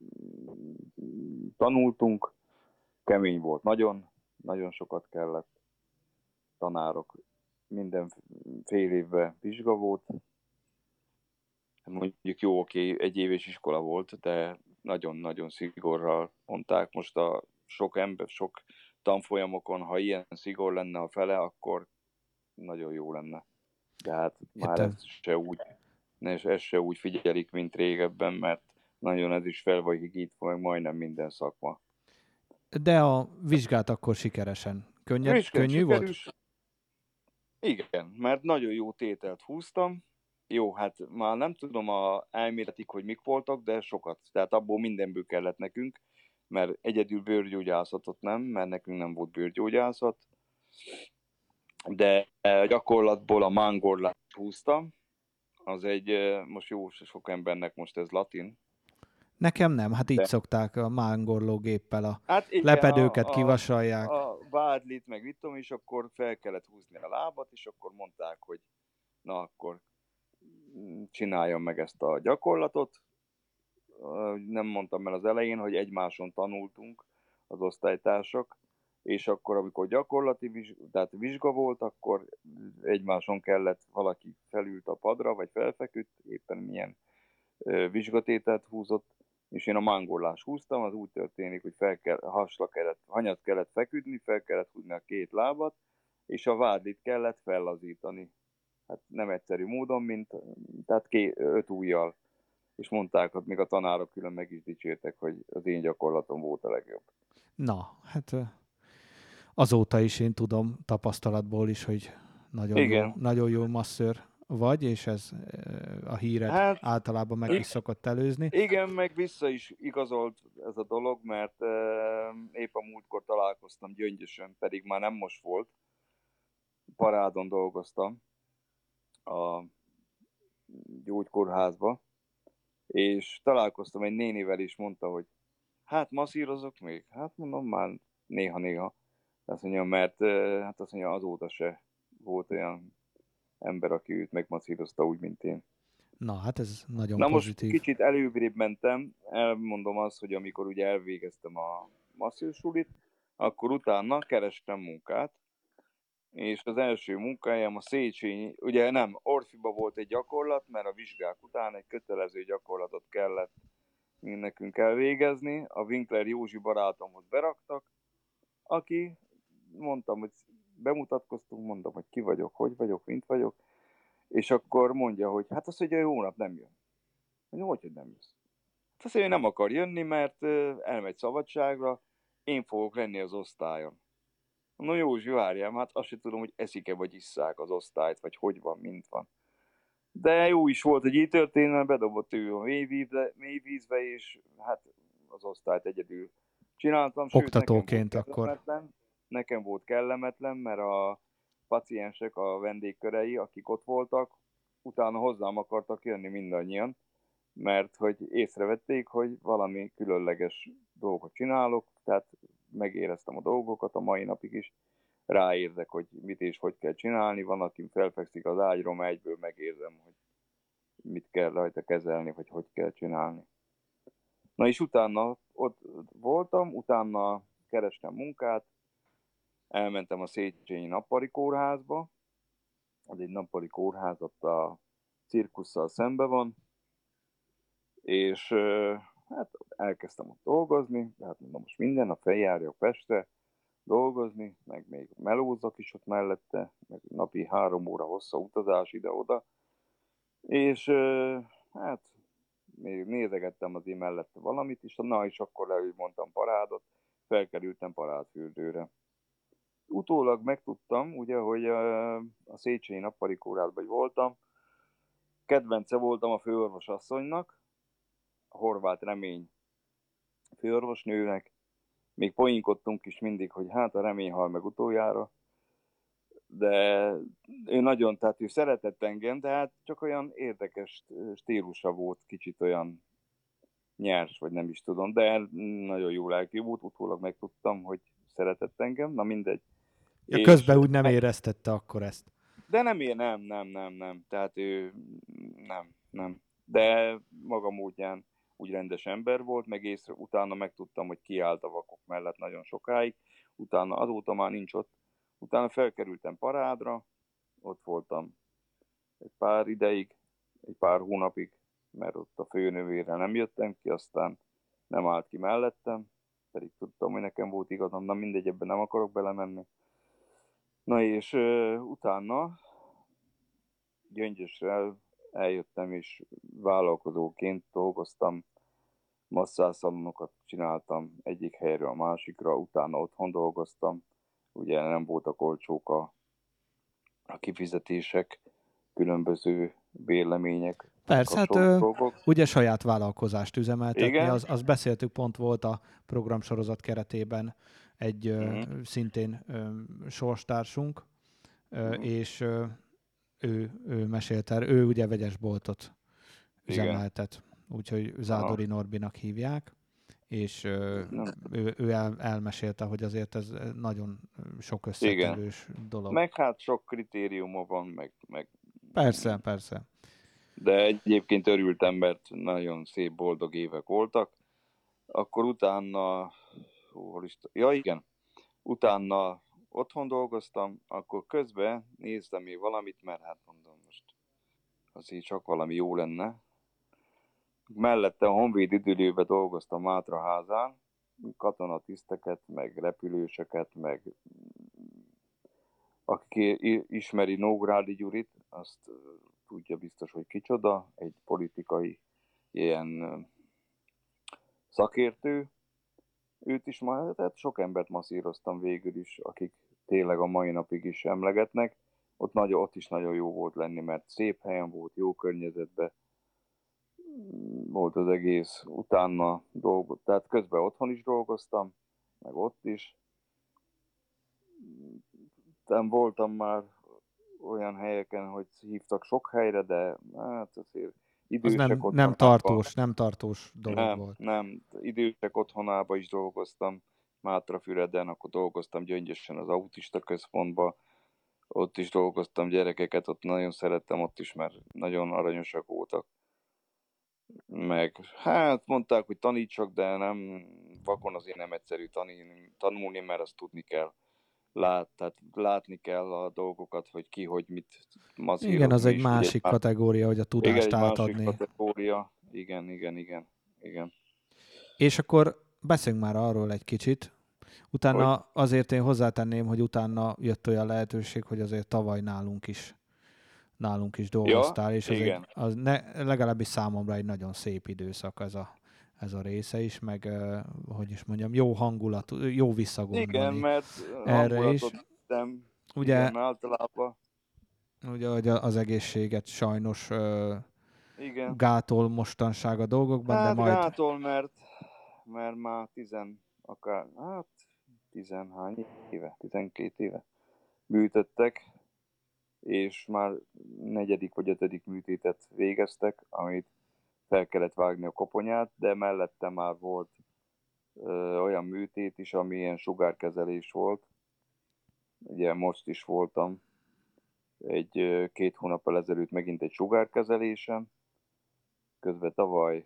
tanultunk, kemény volt nagyon, nagyon sokat kellett, tanárok, minden fél évben vizsga volt, mondjuk jó, oké, egy éves iskola volt, de nagyon-nagyon szigorral mondták. Most a sok ember, sok tanfolyamokon, ha ilyen szigor lenne a fele, akkor nagyon jó lenne. De hát már Értem. ezt se úgy, és ezt se úgy figyelik, mint régebben, mert nagyon ez is fel vagy higítva, meg majdnem minden szakma. De a vizsgát akkor sikeresen. Könnyed, Vizsgán könnyű volt? sikerűs. Igen, mert nagyon jó tételt húztam. Jó, hát már nem tudom a elméletig, hogy mik voltak, de sokat. Tehát abból mindenből kellett nekünk, mert egyedül bőrgyógyászatot nem, mert nekünk nem volt bőrgyógyászat. De gyakorlatból a mángorlást húztam. Az egy, most jó, sok embernek most ez latin. Nekem nem, hát így De. szokták a mángorló géppel a Hát igen, lepedőket a, a, kivasalják. a vádlit, meg mit tudom, és akkor fel kellett húzni a lábat, és akkor mondták, hogy na akkor csináljam meg ezt a gyakorlatot. Nem mondtam el az elején, hogy egymáson tanultunk az osztálytársak, és akkor, amikor gyakorlati vizsga, tehát vizsga volt, akkor egymáson kellett, valaki felült a padra, vagy felfeküdt, éppen milyen vizsgatételt húzott, és én a mángorlást húztam, az úgy történik, hogy fel kell, hasra kellett, hanyat kellett feküdni, fel kellett húzni a két lábat, és a vádlit kellett fellazítani. Hát nem egyszerű módon, mint, tehát ké, öt ujjal. És mondták, hogy még a tanárok külön meg is dicsértek, hogy az én gyakorlatom volt a legjobb. Na, hát azóta is én tudom tapasztalatból is, hogy nagyon Igen. jó, nagyon jó masszőr vagy, és ez a híred hát, általában meg is szokott előzni. Igen, meg vissza is igazolt ez a dolog, mert euh, épp a múltkor találkoztam Gyöngyösön, pedig már nem most volt. Parádon dolgoztam a gyógykórházba, és találkoztam egy nénivel, és mondta, hogy hát masszírozok még? Hát mondom, már néha-néha. Azt mondja, mert hát azt mondja, azóta se volt olyan ember, aki őt megmasszírozta úgy, mint én. Na, hát ez nagyon Na pozitív. most kicsit előbbre mentem, elmondom azt, hogy amikor ugye elvégeztem a masszőrsulit, akkor utána kerestem munkát, és az első munkájám a Széchenyi, ugye nem, Orfiba volt egy gyakorlat, mert a vizsgák után egy kötelező gyakorlatot kellett nekünk elvégezni. A Winkler Józsi barátomhoz beraktak, aki, mondtam, hogy bemutatkoztunk, mondom, hogy ki vagyok, hogy vagyok, mint vagyok, és akkor mondja, hogy hát azt mondja, hogy hónap nem jön. Mondja, hogy, hogy nem jössz? Hát azt mondja, hogy nem akar jönni, mert elmegy szabadságra, én fogok lenni az osztályon. No Józsi, várjál, hát azt sem tudom, hogy eszik-e vagy isszák az osztályt, vagy hogy van, mint van. De jó is volt, hogy így történt, mert bedobott ő a mélyvízbe, mélyvízbe, és hát az osztályt egyedül csináltam. Sőt, oktatóként nekem volt akkor. Nekem volt kellemetlen, mert a paciensek, a vendégkörei, akik ott voltak, utána hozzám akartak jönni mindannyian, mert hogy észrevették, hogy valami különleges dolgot csinálok, tehát megéreztem a dolgokat a mai napig is, ráérzek, hogy mit és hogy kell csinálni, van, aki felfekszik az ágyról, egyből megérzem, hogy mit kell rajta kezelni, vagy hogy kell csinálni. Na és utána ott voltam, utána kerestem munkát, elmentem a Széchenyi nappali kórházba, az egy nappali kórház, ott a cirkusszal szembe van, és hát elkezdtem ott dolgozni, de hát mondom, most minden nap feljárjak Pestre dolgozni, meg még melózok is ott mellette, meg napi három óra hossza utazás ide-oda, és hát még nézegettem azért mellette valamit is, na és akkor le, hogy mondtam parádot, felkerültem parádfürdőre. Utólag megtudtam, ugye, hogy a Széchenyi nappali kórházban voltam, kedvence voltam a főorvosasszonynak, a Horváth Remény főorvosnőnek, még poénkodtunk is mindig, hogy hát a Remény hal meg utoljára, de ő nagyon, tehát ő szeretett engem, de hát csak olyan érdekes stílusa volt, kicsit olyan nyers, vagy nem is tudom, de nagyon jó lelkű volt, utólag megtudtam, hogy szeretett engem, na mindegy. Ja, És közben úgy nem éreztette akkor ezt. De nem ér, nem, nem, nem, nem. Tehát ő nem, nem. De maga módján úgy rendes ember volt, meg észre, utána megtudtam, hogy kiállt a vakok mellett nagyon sokáig. Utána azóta már nincs ott. Utána felkerültem Parádra, ott voltam egy pár ideig, egy pár hónapig, mert ott a főnővérrel nem jöttem ki, aztán nem állt ki mellettem, pedig tudtam, hogy nekem volt igazam, na mindegy, ebben nem akarok belemenni. Na és uh, utána Gyöngyösre eljöttem, és vállalkozóként dolgoztam, masszászalonokat csináltam egyik helyről a másikra, utána otthon dolgoztam, ugye nem voltak olcsók a, a kifizetések, különböző bérlemények. Persze, hát ö, ugye saját vállalkozást üzemeltetni, az, az beszéltük, pont volt a programsorozat keretében egy ö, mm. szintén ö, sorstársunk, ö, mm. és ö, ő, ő mesélte, ő ugye vegyesboltot üzemeltet, úgyhogy Zádori Aha. Norbinak hívják, és ö, ő, ő el, elmesélte, hogy azért ez nagyon sok összetevős Igen. dolog. Meg hát sok kritériuma van, meg... meg... Persze, persze. De egyébként örültem, mert nagyon szép, boldog évek voltak. Akkor utána... Hol is... Ja, igen. Utána otthon dolgoztam, akkor közben néztem még valamit, mert hát mondom most azért csak valami jó lenne. Mellette a Honvéd időlőben dolgoztam Mátraházán, katonatiszteket, meg repülőseket, meg aki ismeri Nógrádi Gyurit, azt tudja biztos, hogy kicsoda, egy politikai ilyen szakértő. Őt is már, tehát sok embert masszíroztam végül is, akik tényleg a mai napig is emlegetnek. Ott, nagyon, ott is nagyon jó volt lenni, mert szép helyen volt, jó környezetben volt az egész. Utána dolgot, tehát közben otthon is dolgoztam, meg ott is. Nem voltam már olyan helyeken, hogy hívtak sok helyre, de hát azért idősek az nem, nem tartós, nem tartós dolog nem, volt. Nem, idősek otthonába is dolgoztam, Mátrafüreden, akkor dolgoztam Gyöngyösen az autista központba, ott is dolgoztam gyerekeket, ott nagyon szerettem, ott is, mert nagyon aranyosak voltak. Meg, hát mondták, hogy tanítsak, de nem, vakon azért nem egyszerű tanulni, tanulni, mert azt tudni kell. Lát, tehát látni kell a dolgokat, hogy ki, hogy mit masszírozni. Igen, az egy is, másik ugye, kategória, hogy a tudást igen, egy átadni. másik kategória. Igen, igen, igen, igen. És akkor beszéljünk már arról egy kicsit. Utána hogy? Azért én hozzátenném, hogy utána jött olyan lehetőség, hogy azért tavaly nálunk is nálunk is dolgoztál, ja, és az, egy, az ne, legalábbis számomra egy nagyon szép időszak ez a, ez a része is, meg uh, hogy is mondjam, jó hangulat, jó visszagondolni. Igen, mert erre is. Nem, ugye, igen, általában. Ugye, hogy az egészséget sajnos uh, igen. gátol mostanság a dolgokban, hát, de majd... gátol, mert, mert már tizen, akár, hát tizenhány éve, tizenkét éve műtöttek, és már negyedik vagy ötödik műtétet végeztek, amit fel kellett vágni a koponyát, de mellette már volt ö, olyan műtét is, ami ilyen sugárkezelés volt. Ugye most is voltam egy ö, két hónappal ezelőtt megint egy sugárkezelésen. Közben tavaly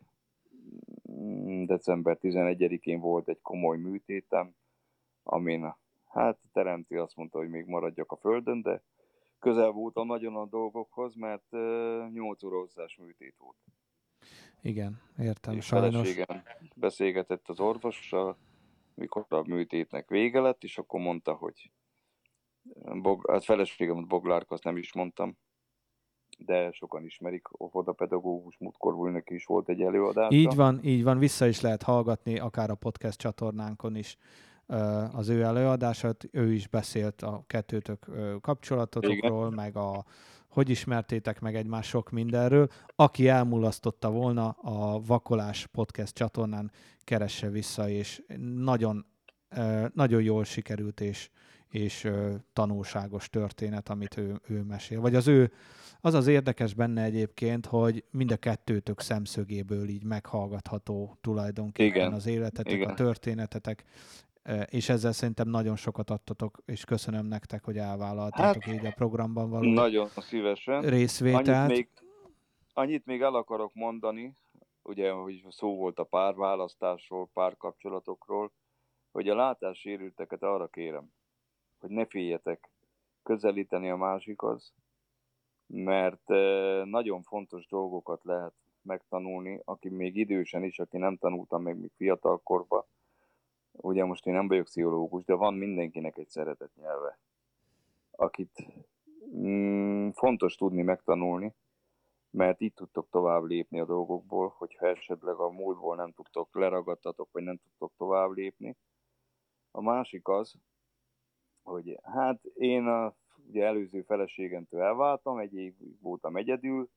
december tizenegyedikén volt egy komoly műtétem, amin hát teremtő azt mondta, hogy még maradjak a földön, de közel voltam nagyon a dolgokhoz, mert uh, nyolc óra hosszás műtét volt. Igen, értem, és sajnos. Feleségem beszélgetett az orvossal, mikor a műtétnek vége lett, és akkor mondta, hogy Bog, hát feleségemet Boglárka, azt nem is mondtam, de sokan ismerik, óvodapedagógus, múltkor neki is volt egy előadása. Így van, így van, vissza is lehet hallgatni, akár a podcast csatornánkon is az ő előadását, ő is beszélt a kettőtök kapcsolatotokról, igen, meg a hogy ismertétek meg egymás sok mindenről. Aki elmulasztotta volna, a Vakolás podcast csatornán keresse vissza, és nagyon, nagyon jól sikerült, és, és ö, tanulságos történet, amit ő, ő mesél. Vagy az ő, az az érdekes benne egyébként, hogy mind a kettőtök szemszögéből így meghallgatható tulajdonképpen Igen, az életetek, a igen. történetetek, és ezzel szerintem nagyon sokat adtatok, és köszönöm nektek, hogy Hát elvállaltátok így a programban való nagyon szívesen. Annyit részvételt. még, annyit még el akarok mondani, ugye, hogy szó volt a párválasztásról, párkapcsolatokról, hogy a látássérülteket arra kérem, hogy ne féljetek közelíteni a másikhoz, mert eh, nagyon fontos dolgokat lehet megtanulni, aki még idősen is, aki nem tanulta még, még fiatal korban. Ugye most én nem vagyok pszichológus, de van mindenkinek egy szeretett nyelve, akit mm, fontos tudni megtanulni, mert így tudtok tovább lépni a dolgokból, hogyha esetleg a múltból nem tudtok, leragadtatok, vagy nem tudtok tovább lépni. A másik az, hogy hát én a ugye előző feleségemtől elváltam, egy évig voltam egyedül,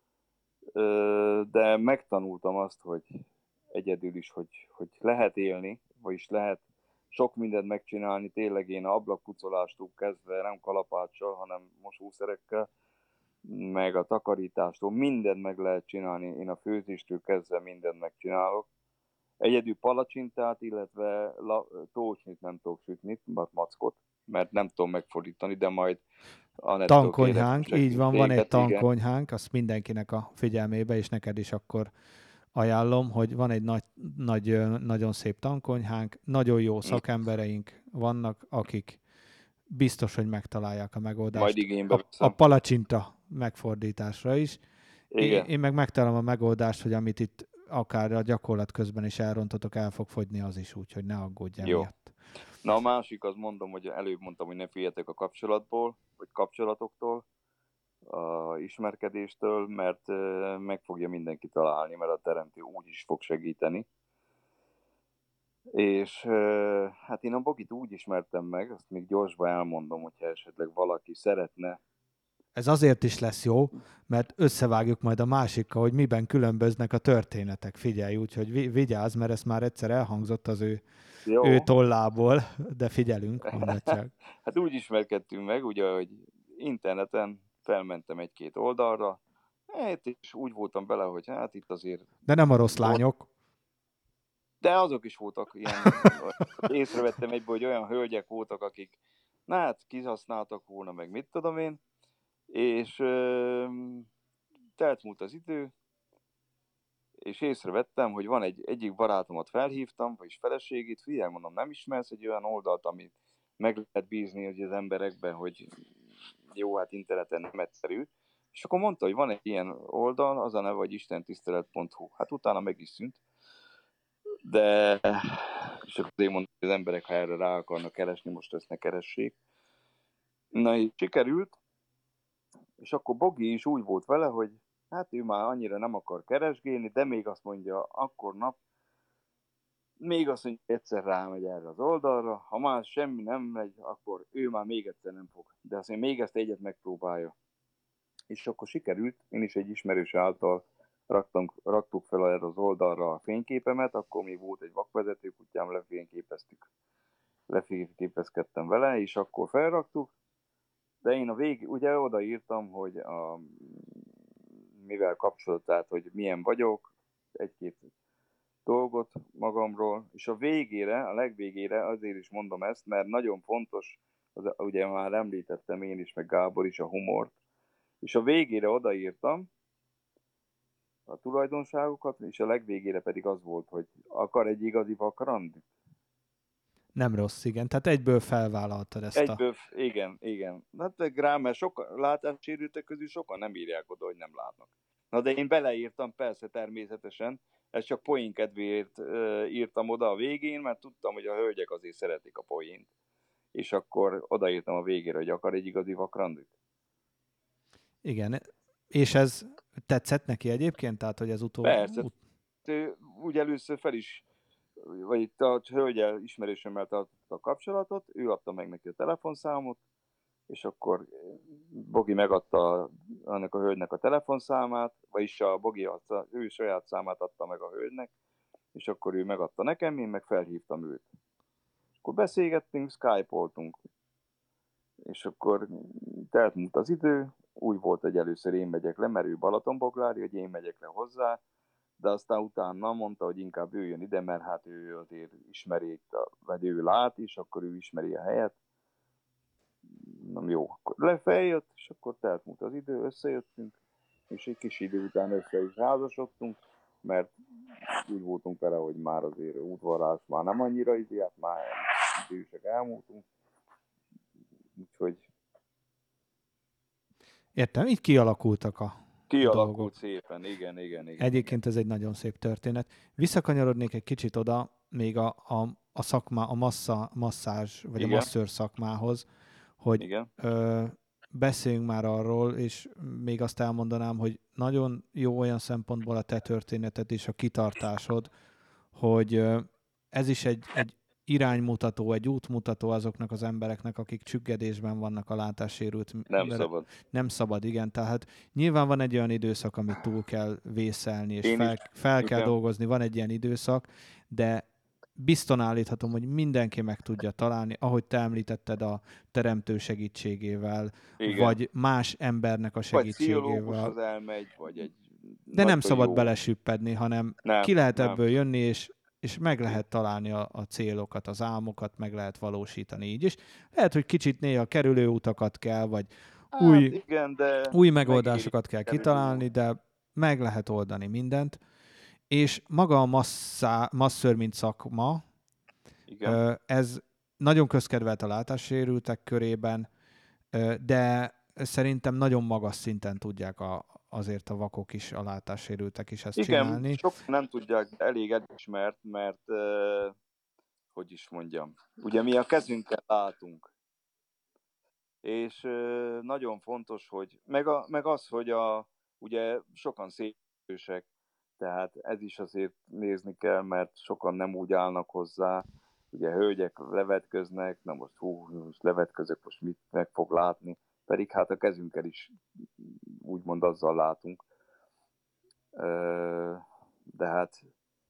de megtanultam azt, hogy egyedül is, hogy, hogy lehet élni, vagyis lehet sok mindent megcsinálni, tényleg én ablakpucolástól kezdve, nem kalapáccsal, hanem mosószerekkel, meg a takarítástól, mindent meg lehet csinálni, én a főzéstől kezdve mindent megcsinálok. Egyedül palacsintát, illetve la, tócsnit nem tudok sütni, mackot, mert nem tudom megfordítani, de majd Anettól Tankonyhánk, így van, téged, van egy igen. tankonyhánk, azt mindenkinek a figyelmébe, és neked is akkor ajánlom, hogy van egy nagy, nagy, nagyon szép tankonyhánk, nagyon jó szakembereink vannak, akik biztos, hogy megtalálják a megoldást. Majd igénybe a, veszem. a palacsinta megfordításra is. Igen. Én, én meg megtalálom a megoldást, hogy amit itt akár a gyakorlat közben is elrontotok, el fog fogyni az is, úgyhogy ne aggódj Jó. miatt. Na a másik, az mondom, hogy előbb mondtam, hogy ne féljetek a kapcsolatból, vagy kapcsolatoktól, a ismerkedéstől, mert meg fogja mindenki találni, mert a teremtő úgy is fog segíteni. És hát én a Bogit úgy ismertem meg, azt még gyorsban elmondom, hogyha esetleg valaki szeretne. Ez azért is lesz jó, mert összevágjuk majd a másikkal, hogy miben különböznek a történetek. Figyelj, úgyhogy vi- vigyázz, mert ez már egyszer elhangzott az ő, ő tollából, de figyelünk, mondd csak. Hát úgy ismerkedtünk meg, ugye, hogy interneten felmentem egy-két oldalra, hát és úgy voltam bele, hogy hát itt azért... De nem a rossz lányok. De azok is voltak ilyen, észrevettem egyből, hogy olyan hölgyek voltak, akik na hát kihasználtak volna, meg mit tudom én, és ö, telt múlt az idő, és észrevettem, hogy van egy egyik barátomat felhívtam, vagyis feleségét, figyelj, mondom, nem ismersz egy olyan oldalt, amit meg lehet bízni hogy az emberekben, hogy jó, hát interneten nem egyszerű. És akkor mondta, hogy van egy ilyen oldal, az a neve, hogy istentisztelet pont hu. Hát utána meg is szűnt. De, és akkor én mondom, hogy az emberek, ha erre rá akarnak keresni, most ezt ne keressék. Na, így sikerült, és akkor Bogi is úgy volt vele, hogy hát ő már annyira nem akar keresgélni, de még azt mondja, akkor nap, még azt mondja, egyszer rámegy erre az oldalra, ha már semmi nem megy, akkor ő már még egyszer nem fog. De azt mondja, még ezt egyet megpróbálja. És akkor sikerült, én is egy ismerős által raktunk, raktuk fel erre az oldalra a fényképemet, akkor még volt egy vakvezető kutyám, lefényképeztük, lefényképezkedtem vele, és akkor felraktuk, de én a vég, ugye odaírtam, hogy a, mivel kapcsolat, tehát hogy milyen vagyok, egy-két dolgot magamról, és a végére, a legvégére azért is mondom ezt, mert nagyon fontos, az, ugye már említettem én is, meg Gábor is a humort, és a végére odaírtam a tulajdonságokat, és a legvégére pedig az volt, hogy akar egy igazi vakrandit. Nem rossz, igen. Tehát egyből felvállaltad ezt egyből, a... igen, igen. Hát rá, mert sokan, látássérültek közül sokan nem írják oda, hogy nem látnak. Na de én beleírtam, persze, természetesen, ez csak poén kedvéért uh, írtam oda a végén, mert tudtam, hogy a hölgyek azért szeretik a poént. És akkor odaírtam a végére, hogy akar egy igazi vakrandit. Igen, és ez tetszett neki egyébként? Tehát, hogy ez utó... Persze, Ut... úgy először fel is, vagy itt a hölgyel ismerősömmel tartott a kapcsolatot, ő adta meg neki a telefonszámot, és akkor Bogi megadta annak a hölgynek a telefonszámát, vagyis a Bogi adta, ő saját számát adta meg a hölgynek, és akkor ő megadta nekem, én meg felhívtam őt. És akkor beszélgettünk, skype-oltunk. és akkor teltmúlt az idő, úgy volt, hogy először én megyek le, mert ő Balatonboglári, hogy én megyek le hozzá, de aztán utána mondta, hogy inkább ő jön ide, mert hát ő azért ismeri itt, a, vagy ő lát is, akkor ő ismeri a helyet. Nem jó, akkor lefeljött, és akkor teltmúlt az idő, összejöttünk, és egy kis idő után össze is házasodtunk, mert úgy voltunk vele, hogy már azért udvarlás már nem annyira izé, hát már idősek elmúltunk, úgyhogy Értem, így kialakultak a kialakult dolgok. szépen, igen, igen, igen. Egyébként ez egy nagyon szép történet. Visszakanyarodnék egy kicsit oda, még a, a, a szakma, a massza, masszázs, vagy Igen. a masszőr szakmához, hogy Igen. ö, beszéljünk már arról, és még azt elmondanám, hogy nagyon jó olyan szempontból a te történeted és a kitartásod, hogy ö, ez is egy, egy iránymutató, egy útmutató azoknak az embereknek, akik csüggedésben vannak a látássérült. Nem mert szabad. Nem szabad, igen. Tehát nyilván van egy olyan időszak, amit túl kell vészelni, és Én fel, is. fel kell Igen. dolgozni, van egy ilyen időszak, de bizton állíthatom, hogy mindenki meg tudja találni, ahogy te említetted, a teremtő segítségével, Igen. vagy más embernek a Vagy pszichológushoz segítségével. elmegy, vagy egy De nem szabad jó. belesüppedni, hanem Nem, ki lehet nem. ebből jönni, és, és meg lehet találni a, a célokat, az álmokat, meg lehet valósítani így is. Lehet, hogy kicsit néha kerülő utakat kell, vagy Hát új, igen, de új megoldásokat kell kerülő kitalálni, út. de meg lehet oldani mindent. És maga a masszá, masszőr, mint szakma, Igen. ö, ez nagyon közkedvelt a látássérültek körében, ö, de szerintem nagyon magas szinten tudják a, azért a vakok is, a látássérültek is ezt Igen, csinálni. sok nem tudják, elég elismert, mert uh, hogy is mondjam, ugye mi a kezünkkel látunk. És uh, nagyon fontos, hogy meg, a, meg az, hogy a, ugye sokan szélsősek, tehát ez is azért nézni kell, mert sokan nem úgy állnak hozzá. Ugye hölgyek levetköznek, na most hú, most levetközök, most mit meg fog látni, pedig hát a kezünkkel is úgymond azzal látunk. Uh, de hát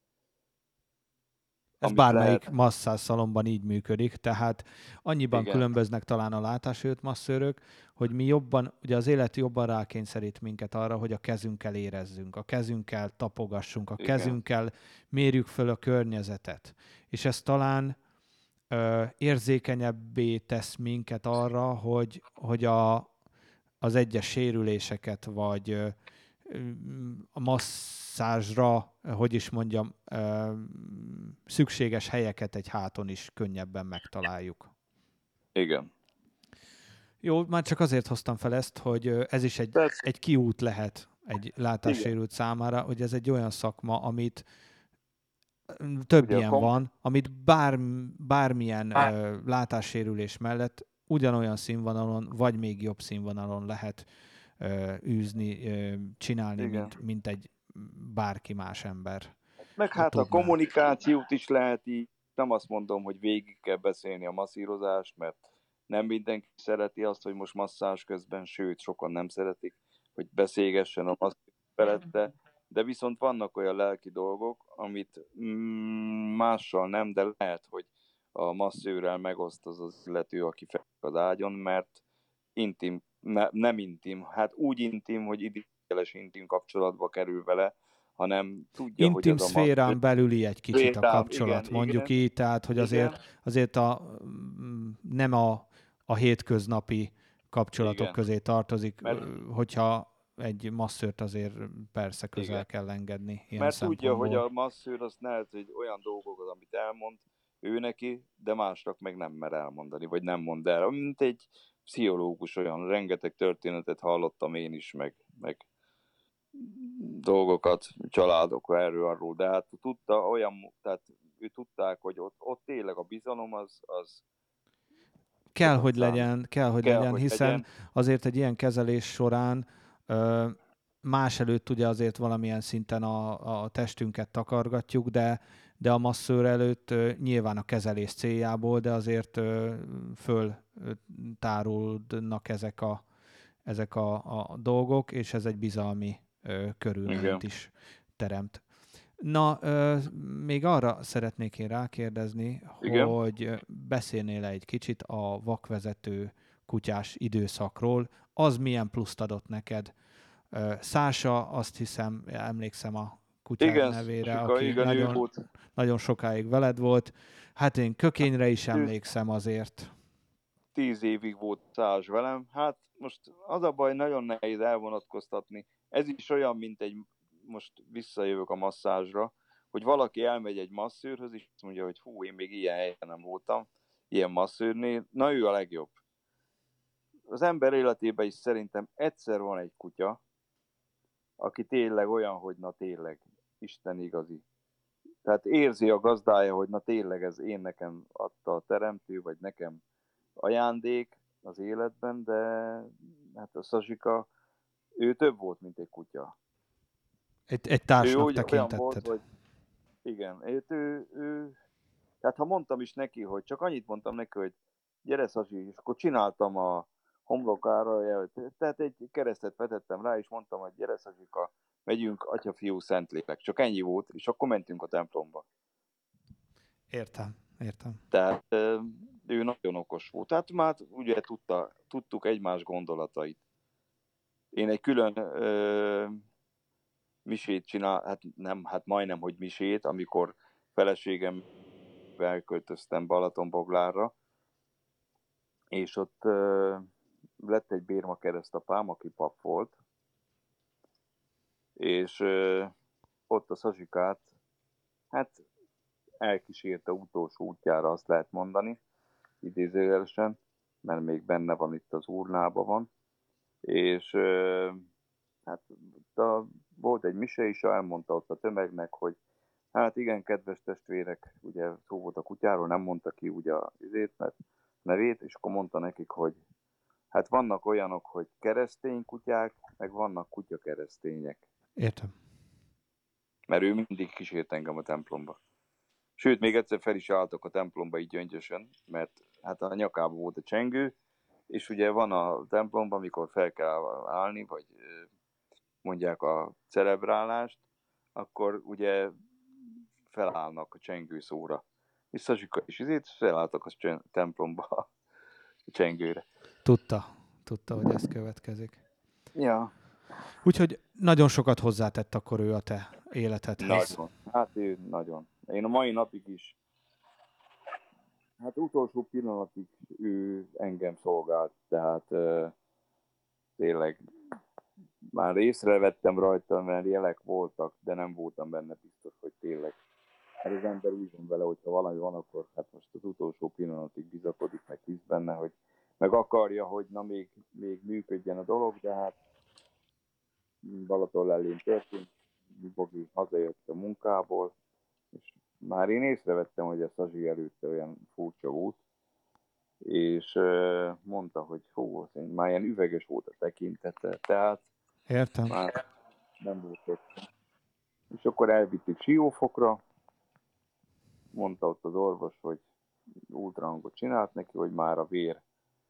Ez amit bármelyik lehet. masszázs szalomban így működik, tehát annyiban Igen. különböznek talán a látássérült masszőrök, hogy mi jobban, ugye az élet jobban rákényszerít minket arra, hogy a kezünkkel érezzünk, a kezünkkel tapogassunk, a Igen. kezünkkel mérjük föl a környezetet. És ez talán ö, érzékenyebbé tesz minket arra, hogy, hogy a, az egyes sérüléseket, vagy ö, a masszázsra, hogy is mondjam, szükséges helyeket egy háton is könnyebben megtaláljuk. Igen. Jó, már csak azért hoztam fel ezt, hogy ez is egy, Persze. egy kiút lehet egy látássérült számára, hogy ez egy olyan szakma, amit több Ugye a ilyen kom- van, amit bár, bármilyen ö, látássérülés mellett ugyanolyan színvonalon, vagy még jobb színvonalon lehet ö, űzni, ö, csinálni, mint, mint egy bárki más ember. Meg hát tudná. a kommunikációt is lehet így, nem azt mondom, hogy végig kell beszélni a masszírozást, mert nem mindenki szereti azt, hogy most masszázs közben, sőt, sokan nem szeretik, hogy beszélgessen a masszír felette, de viszont vannak olyan lelki dolgok, amit mm, mással nem, de lehet, hogy a masszőrrel megoszt az az illető, aki fekszik az ágyon, mert intim, ne, nem intim, hát úgy intim, hogy idézőjeles intim kapcsolatba kerül vele, hanem tudja, intim hogy az a szférán masszőr... belüli egy kicsit a Szférán, kapcsolat, igen, mondjuk igen. így, tehát, hogy azért, Igen. azért a, nem a, a hétköznapi kapcsolatok Igen. közé tartozik, Mert- hogyha egy masszőrt azért persze közel Igen. kell engedni ilyen Mert tudja, szempontból. hogy a masszőr az lehet, hogy olyan dolgokat, amit elmond ő neki, de másnak meg nem mer elmondani, vagy nem mond el. Mint egy pszichológus, olyan rengeteg történetet hallottam én is, meg, meg dolgokat, családok erről, arról, de hát tudta olyan, tehát ő tudták, hogy ott, ott tényleg a bizalom az, az Kell, sokat hogy számít. legyen, kell, hogy Kell, legyen, hogy hiszen legyen. azért egy ilyen kezelés során ö, más előtt ugye azért valamilyen szinten a, a testünket takargatjuk, de, de a masszőr előtt ö, nyilván a kezelés céljából, de azért ö, föl ö, tárulnak ezek a, ezek a, a dolgok, és ez egy bizalmi ö, körülményt Igen. is teremt. Na, ö, még arra szeretnék én rákérdezni, Igen. hogy beszélnél egy kicsit a vakvezető kutyás időszakról, az milyen pluszt adott neked? Szása, azt hiszem, emlékszem a kutyád Igen, nevére, Sika, aki igen, ő nagyon, volt. nagyon sokáig veled volt. Hát én Kökényre is Ő emlékszem azért. tíz évig volt Százs velem. Hát most az a baj, nagyon nehéz elvonatkoztatni. Ez is olyan, mint egy, most visszajövök a masszázsra, hogy valaki elmegy egy masszőrhöz, és azt mondja, hogy hú, én még ilyen helyen nem voltam, ilyen masszőrnél, na ő a legjobb. Az ember életében is szerintem egyszer van egy kutya, aki tényleg olyan, hogy na tényleg, Isten igazi. Tehát érzi a gazdája, hogy na tényleg ez én nekem adta a teremtő, vagy nekem ajándék az életben, de hát a Sasika, ő több volt, mint egy kutya. Egy, egy Ő társnak úgy, olyan volt, tekintetted. hogy igen, ő, ő, ő, tehát ha mondtam is neki, hogy csak annyit mondtam neki, hogy gyere Sasi, és akkor csináltam a homlokára, tehát egy keresztet vetettem rá, és mondtam, hogy gyere Sasika, megyünk, Atya, Fiú, Szentlélek. Csak ennyi volt, és akkor mentünk a templomba. Értem, értem. Tehát ő nagyon okos volt. Tehát már ugye tudta, tudtuk egymás gondolatait. Én egy külön ö, misét csinál, hát nem, hát majdnem, hogy misét, amikor feleségemmel költöztem Balatonboglárra, és ott ö, lett egy bérma keresztapám, aki pap volt, és ö, ott a Sasikát, hát elkísérte utolsó útjára, azt lehet mondani, idézőjelesen, mert még benne van itt az urnában van, és ö, hát a, volt egy mise is, elmondta ott a tömegnek, hogy hát igen, kedves testvérek, ugye szó volt a kutyáról, nem mondta ki ugye a izét, mert nevét, és akkor mondta nekik, hogy hát vannak olyanok, hogy keresztény kutyák, meg vannak kutyakeresztények. Értem. Mert ő mindig kísért engem a templomba. Sőt, még egyszer fel is álltak a templomba így gyöngyösen, mert hát a nyakában volt a csengő, és ugye van a templomban, amikor fel kell állni, vagy mondják a celebrálást, akkor ugye felállnak a csengő szóra. És Sasika is izét felálltak a templomba a csengőre. Tudta, tudta, hogy ez következik. Ja. Úgyhogy nagyon sokat hozzátett akkor ő a te életedhez. Nagyon. Hát ő nagyon. Én a mai napig is, hát utolsó pillanatig ő engem szolgált, tehát uh, tényleg már észrevettem rajta, mert jelek voltak, de nem voltam benne biztos, hogy tényleg. Hát az ember úgy van vele, hogyha valami van, akkor hát most az utolsó pillanatig bizakodik, meg hisz benne, hogy meg akarja, hogy na még, még működjen a dolog, de hát Balaton lellén történt, Bogi hazajött a munkából, és már én észrevettem, hogy a Szazsi előtte olyan furcsa volt, és uh, mondta, hogy hú, már ilyen üveges volt a tekintete, tehát Értem. már nem volt ott. És akkor elvittük Siófokra, mondta ott az orvos, hogy ultrahangot csinált neki, hogy már a vér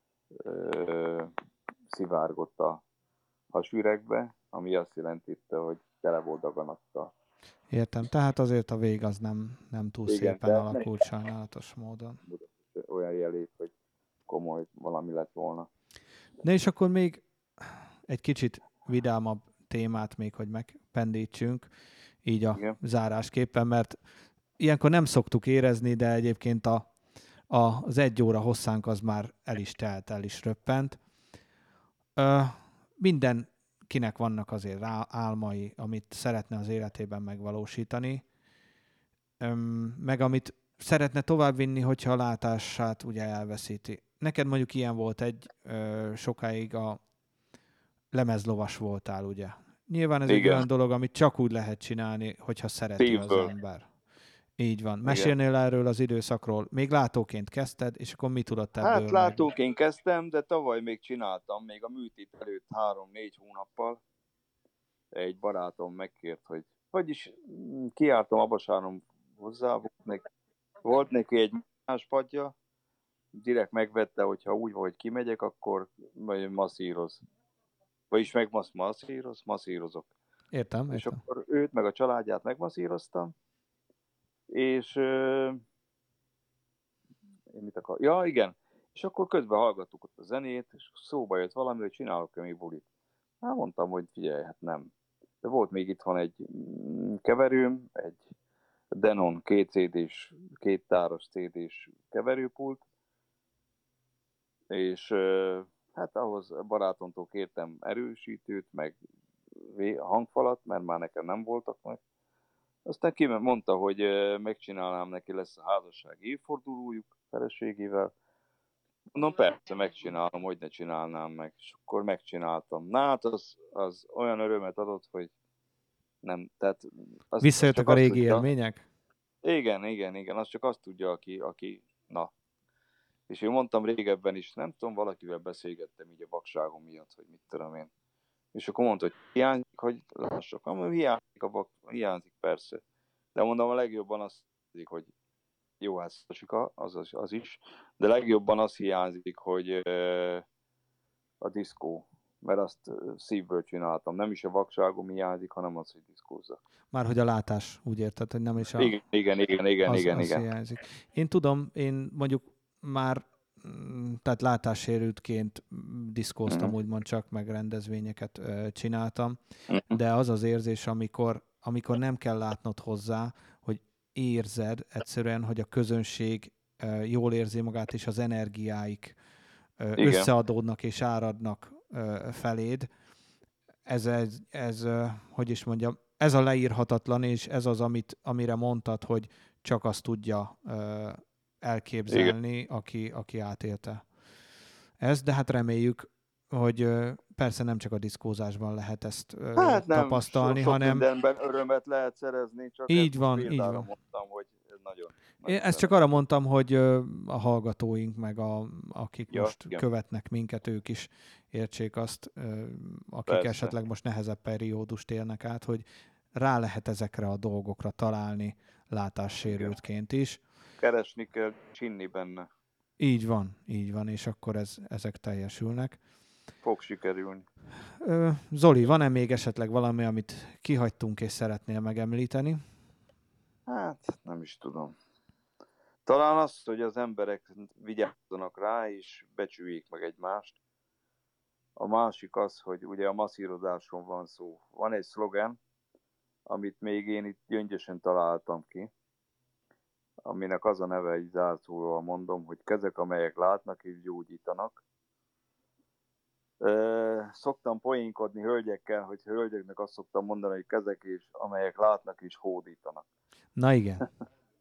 ö, szivárgott a hasüregbe, ami azt jelentette, hogy tele volt daganakkal. Értem. Tehát azért a vég az nem, nem túl Igen, szépen de alakult sajnálatos módon. olyan jelét, hogy komoly valami lett volna. De és akkor még egy kicsit vidámabb témát még, hogy megpendítsünk, így a Igen. zárásképpen, mert ilyenkor nem szoktuk érezni, de egyébként a, a, az egy óra hosszánk az már el is telt, el is röppent. Ö, mindenkinek vannak azért álmai, amit szeretne az életében megvalósítani, Ö, meg amit szeretne továbbvinni, hogyha a látását ugye elveszíti. Neked mondjuk ilyen volt egy ö, sokáig a lemezlovas voltál, ugye? Nyilván ez Igen. egy olyan dolog, amit csak úgy lehet csinálni, hogyha szereti Szívből. az ember. Így van. Mesélnél erről az időszakról? Még látóként kezdted, és akkor mi tudott ebből Hát meg? látóként kezdtem, de tavaly még csináltam, még a műtét előtt három-négy hónappal. Egy barátom megkért, hogy vagyis kiártam Abasáron hozzá, volt neki, volt neki egy máspadja, direkt megvette, hogyha úgy vagy kimegyek, akkor majd masszíroz. Vagyis megmasszíroz, masszírozok. Értem, És értem. akkor őt meg a családját megmasszíroztam, és euh, én mit akar? Ja, igen. És akkor közben hallgattuk ott a zenét, és szóba jött valami, hogy csinálok-e még bulit. Hát mondtam, hogy figyelj, hát nem. De volt még itt van egy mm, keverőm, egy Denon két cé dés, két táros cé dés keverőpult, és hát ahhoz barátomtól kértem erősítőt, meg hangfalat, mert már nekem nem voltak meg. Aztán ki mondta, hogy megcsinálnám, neki lesz a házasság évfordulójuk feleségével. Mondom, persze, megcsinálom, hogy ne csinálnám meg. És akkor megcsináltam. Na hát az, az olyan örömet adott, hogy nem, tehát... Az, Visszajöttek az a régi tudja, élmények? Igen, igen, igen, az csak azt tudja, aki, aki na. És én mondtam régebben is, nem tudom, valakivel beszélgettem így a vakságom miatt, hogy mit tudom én. És akkor mondta, hogy hiányzik, hogy lássak. Mondom, hiányzik a vak, hiányzik persze. De mondom, a legjobban azt hiányzik, hogy jó, hát az, az, az is, de legjobban az hiányzik, hogy uh, a diszkó, mert azt szívből csináltam. Nem is a vakságom hiányzik, hanem az, hogy diszkózzak. Már hogy a látás, úgy érted, hogy nem is a... Igen, igen, igen, igen, az, igen, az igen. hiányzik. Én tudom, én mondjuk már tehát látássérültként diszkóztam, uh-huh. úgymond csak, meg rendezvényeket uh, csináltam, uh-huh. de az az érzés, amikor, amikor nem kell látnod hozzá, hogy érzed egyszerűen, hogy a közönség uh, jól érzi magát, és az energiáik uh, összeadódnak és áradnak uh, feléd. Ez, ez, ez uh, hogy is mondjam, ez a leírhatatlan, és ez az, amit, amire mondtad, hogy csak azt tudja uh, elképzelni, aki, aki átélte ezt, de hát reméljük, hogy uh, persze nem csak a diszkózásban lehet ezt uh, hát nem, tapasztalni, sok, hanem... mindenben örömet lehet szerezni, csak így van, így van. mondtam, hogy ez nagyon... Én ezt csak arra mondtam, hogy uh, a hallgatóink, meg a, akik ja, most ja. követnek minket, ők is értsék azt, uh, akik persze. esetleg most nehezebb periódust élnek át, hogy rá lehet ezekre a dolgokra találni látássérültként is. Keresni kell, csinni benne. Így van, így van, és akkor ez, ezek teljesülnek. Fog sikerülni. Zoli, van-e még esetleg valami, amit kihagytunk és szeretnél megemlíteni? Hát, nem is tudom. Talán az, hogy az emberek vigyázzanak rá, és becsüljék meg egymást. A másik az, hogy ugye a masszírozáson van szó. Van egy szlogen, amit még én itt gyöngyösen találtam ki, aminek az a neve, egy zárszóval mondom, hogy kezek, amelyek látnak és gyógyítanak. Szoktam poénkodni hölgyekkel, hogy hölgyeknek azt szoktam mondani, hogy kezek, és amelyek látnak és hódítanak. Na igen.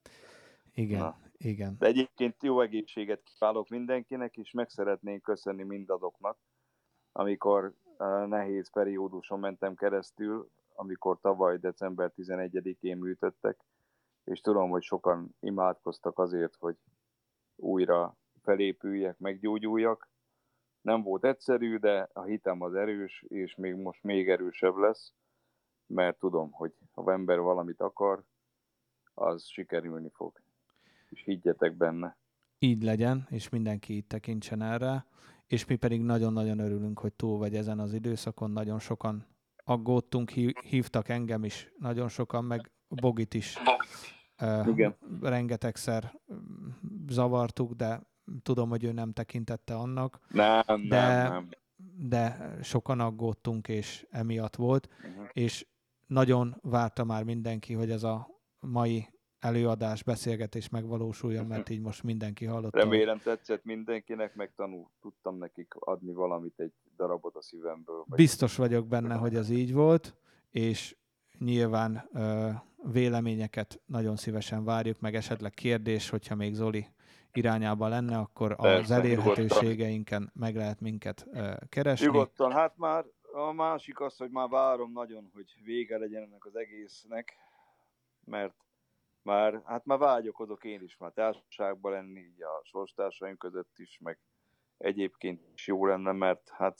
Igen, Na. igen. De egyébként jó egészséget kívánok mindenkinek, és meg szeretnénk köszönni mindazoknak, amikor nehéz perióduson mentem keresztül, amikor tavaly december tizenegyedikén műtöttek, és tudom, hogy sokan imádkoztak azért, hogy újra felépüljek, meggyógyuljak. Nem volt egyszerű, de a hitem az erős, és még most még erősebb lesz, mert tudom, hogy ha ember valamit akar, az sikerülni fog. És higgyetek benne. Így legyen, és mindenki így tekintsen erre, és mi pedig nagyon-nagyon örülünk, hogy túl vagy ezen az időszakon, nagyon sokan aggódtunk, hívtak engem is, nagyon sokan, meg Bogit is. Igen. Uh, rengetegszer zavartuk, de tudom, hogy ő nem tekintette annak. Nem, de, nem, nem. De sokan aggódtunk, és emiatt volt, uh-huh. és nagyon várta már mindenki, hogy ez a mai előadás, beszélgetés megvalósuljon, mert így most mindenki hallotta. Remélem tetszett mindenkinek, meg tanul, tudtam nekik adni valamit, egy darabot a szívemből. Vagy... Biztos vagyok benne, hogy ez így volt, és nyilván uh, véleményeket nagyon szívesen várjuk, meg esetleg kérdés, hogyha még Zoli irányába lenne, akkor Persze, az elérhetőségeinken nyugodtan meg lehet minket uh, keresni. Nyugodtan, hát már a másik az, hogy már várom nagyon, hogy vége legyen ennek az egésznek, mert már, hát már vágyakozok én is már társaságban lenni, így a sorstársaim között is, meg egyébként is jó lenne, mert hát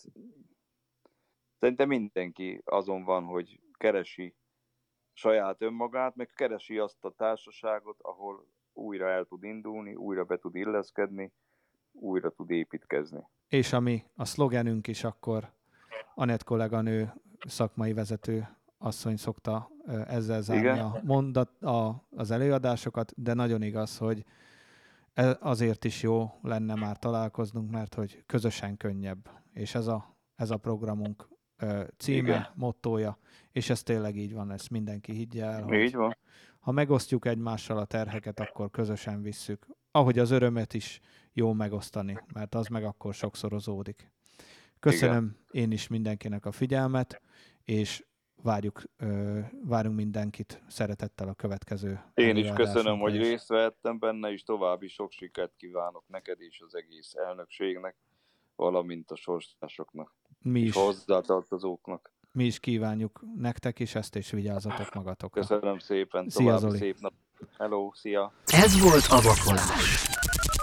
szerintem mindenki azon van, hogy keresi saját önmagát, meg keresi azt a társaságot, ahol újra el tud indulni, újra be tud illeszkedni, újra tud építkezni. És ami a szlogenünk is, akkor Anett kolléganő szakmai vezető asszony szokta ezzel zárni a mondat, a, az előadásokat, de nagyon igaz, hogy azért is jó lenne már találkoznunk, mert hogy közösen könnyebb. És ez a, ez a programunk címe, igen, mottója, és ez tényleg így van, ezt mindenki higgye el, hogy így van. Ha megosztjuk egymással a terheket, akkor közösen visszük. Ahogy az örömet is jó megosztani, mert az meg akkor sokszorozódik. Köszönöm igen. Én is mindenkinek a figyelmet, és várjuk, ö, várunk mindenkit szeretettel a következő Én is köszönöm, hogy részt vettem benne, és további sok sikert kívánok neked és az egész elnökségnek, valamint a sorstársoknak, mi is, és hozzátartozóknak. Mi is kívánjuk nektek, és ezt is vigyázzatok magatokra. Köszönöm szépen, szia, további Zoli. szép nap. Hello, szia! Ez volt a Vakolás.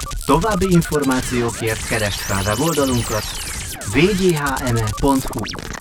További információkért keresd fel weboldalunkat double-u double-u double-u pont w g h m e pont h u.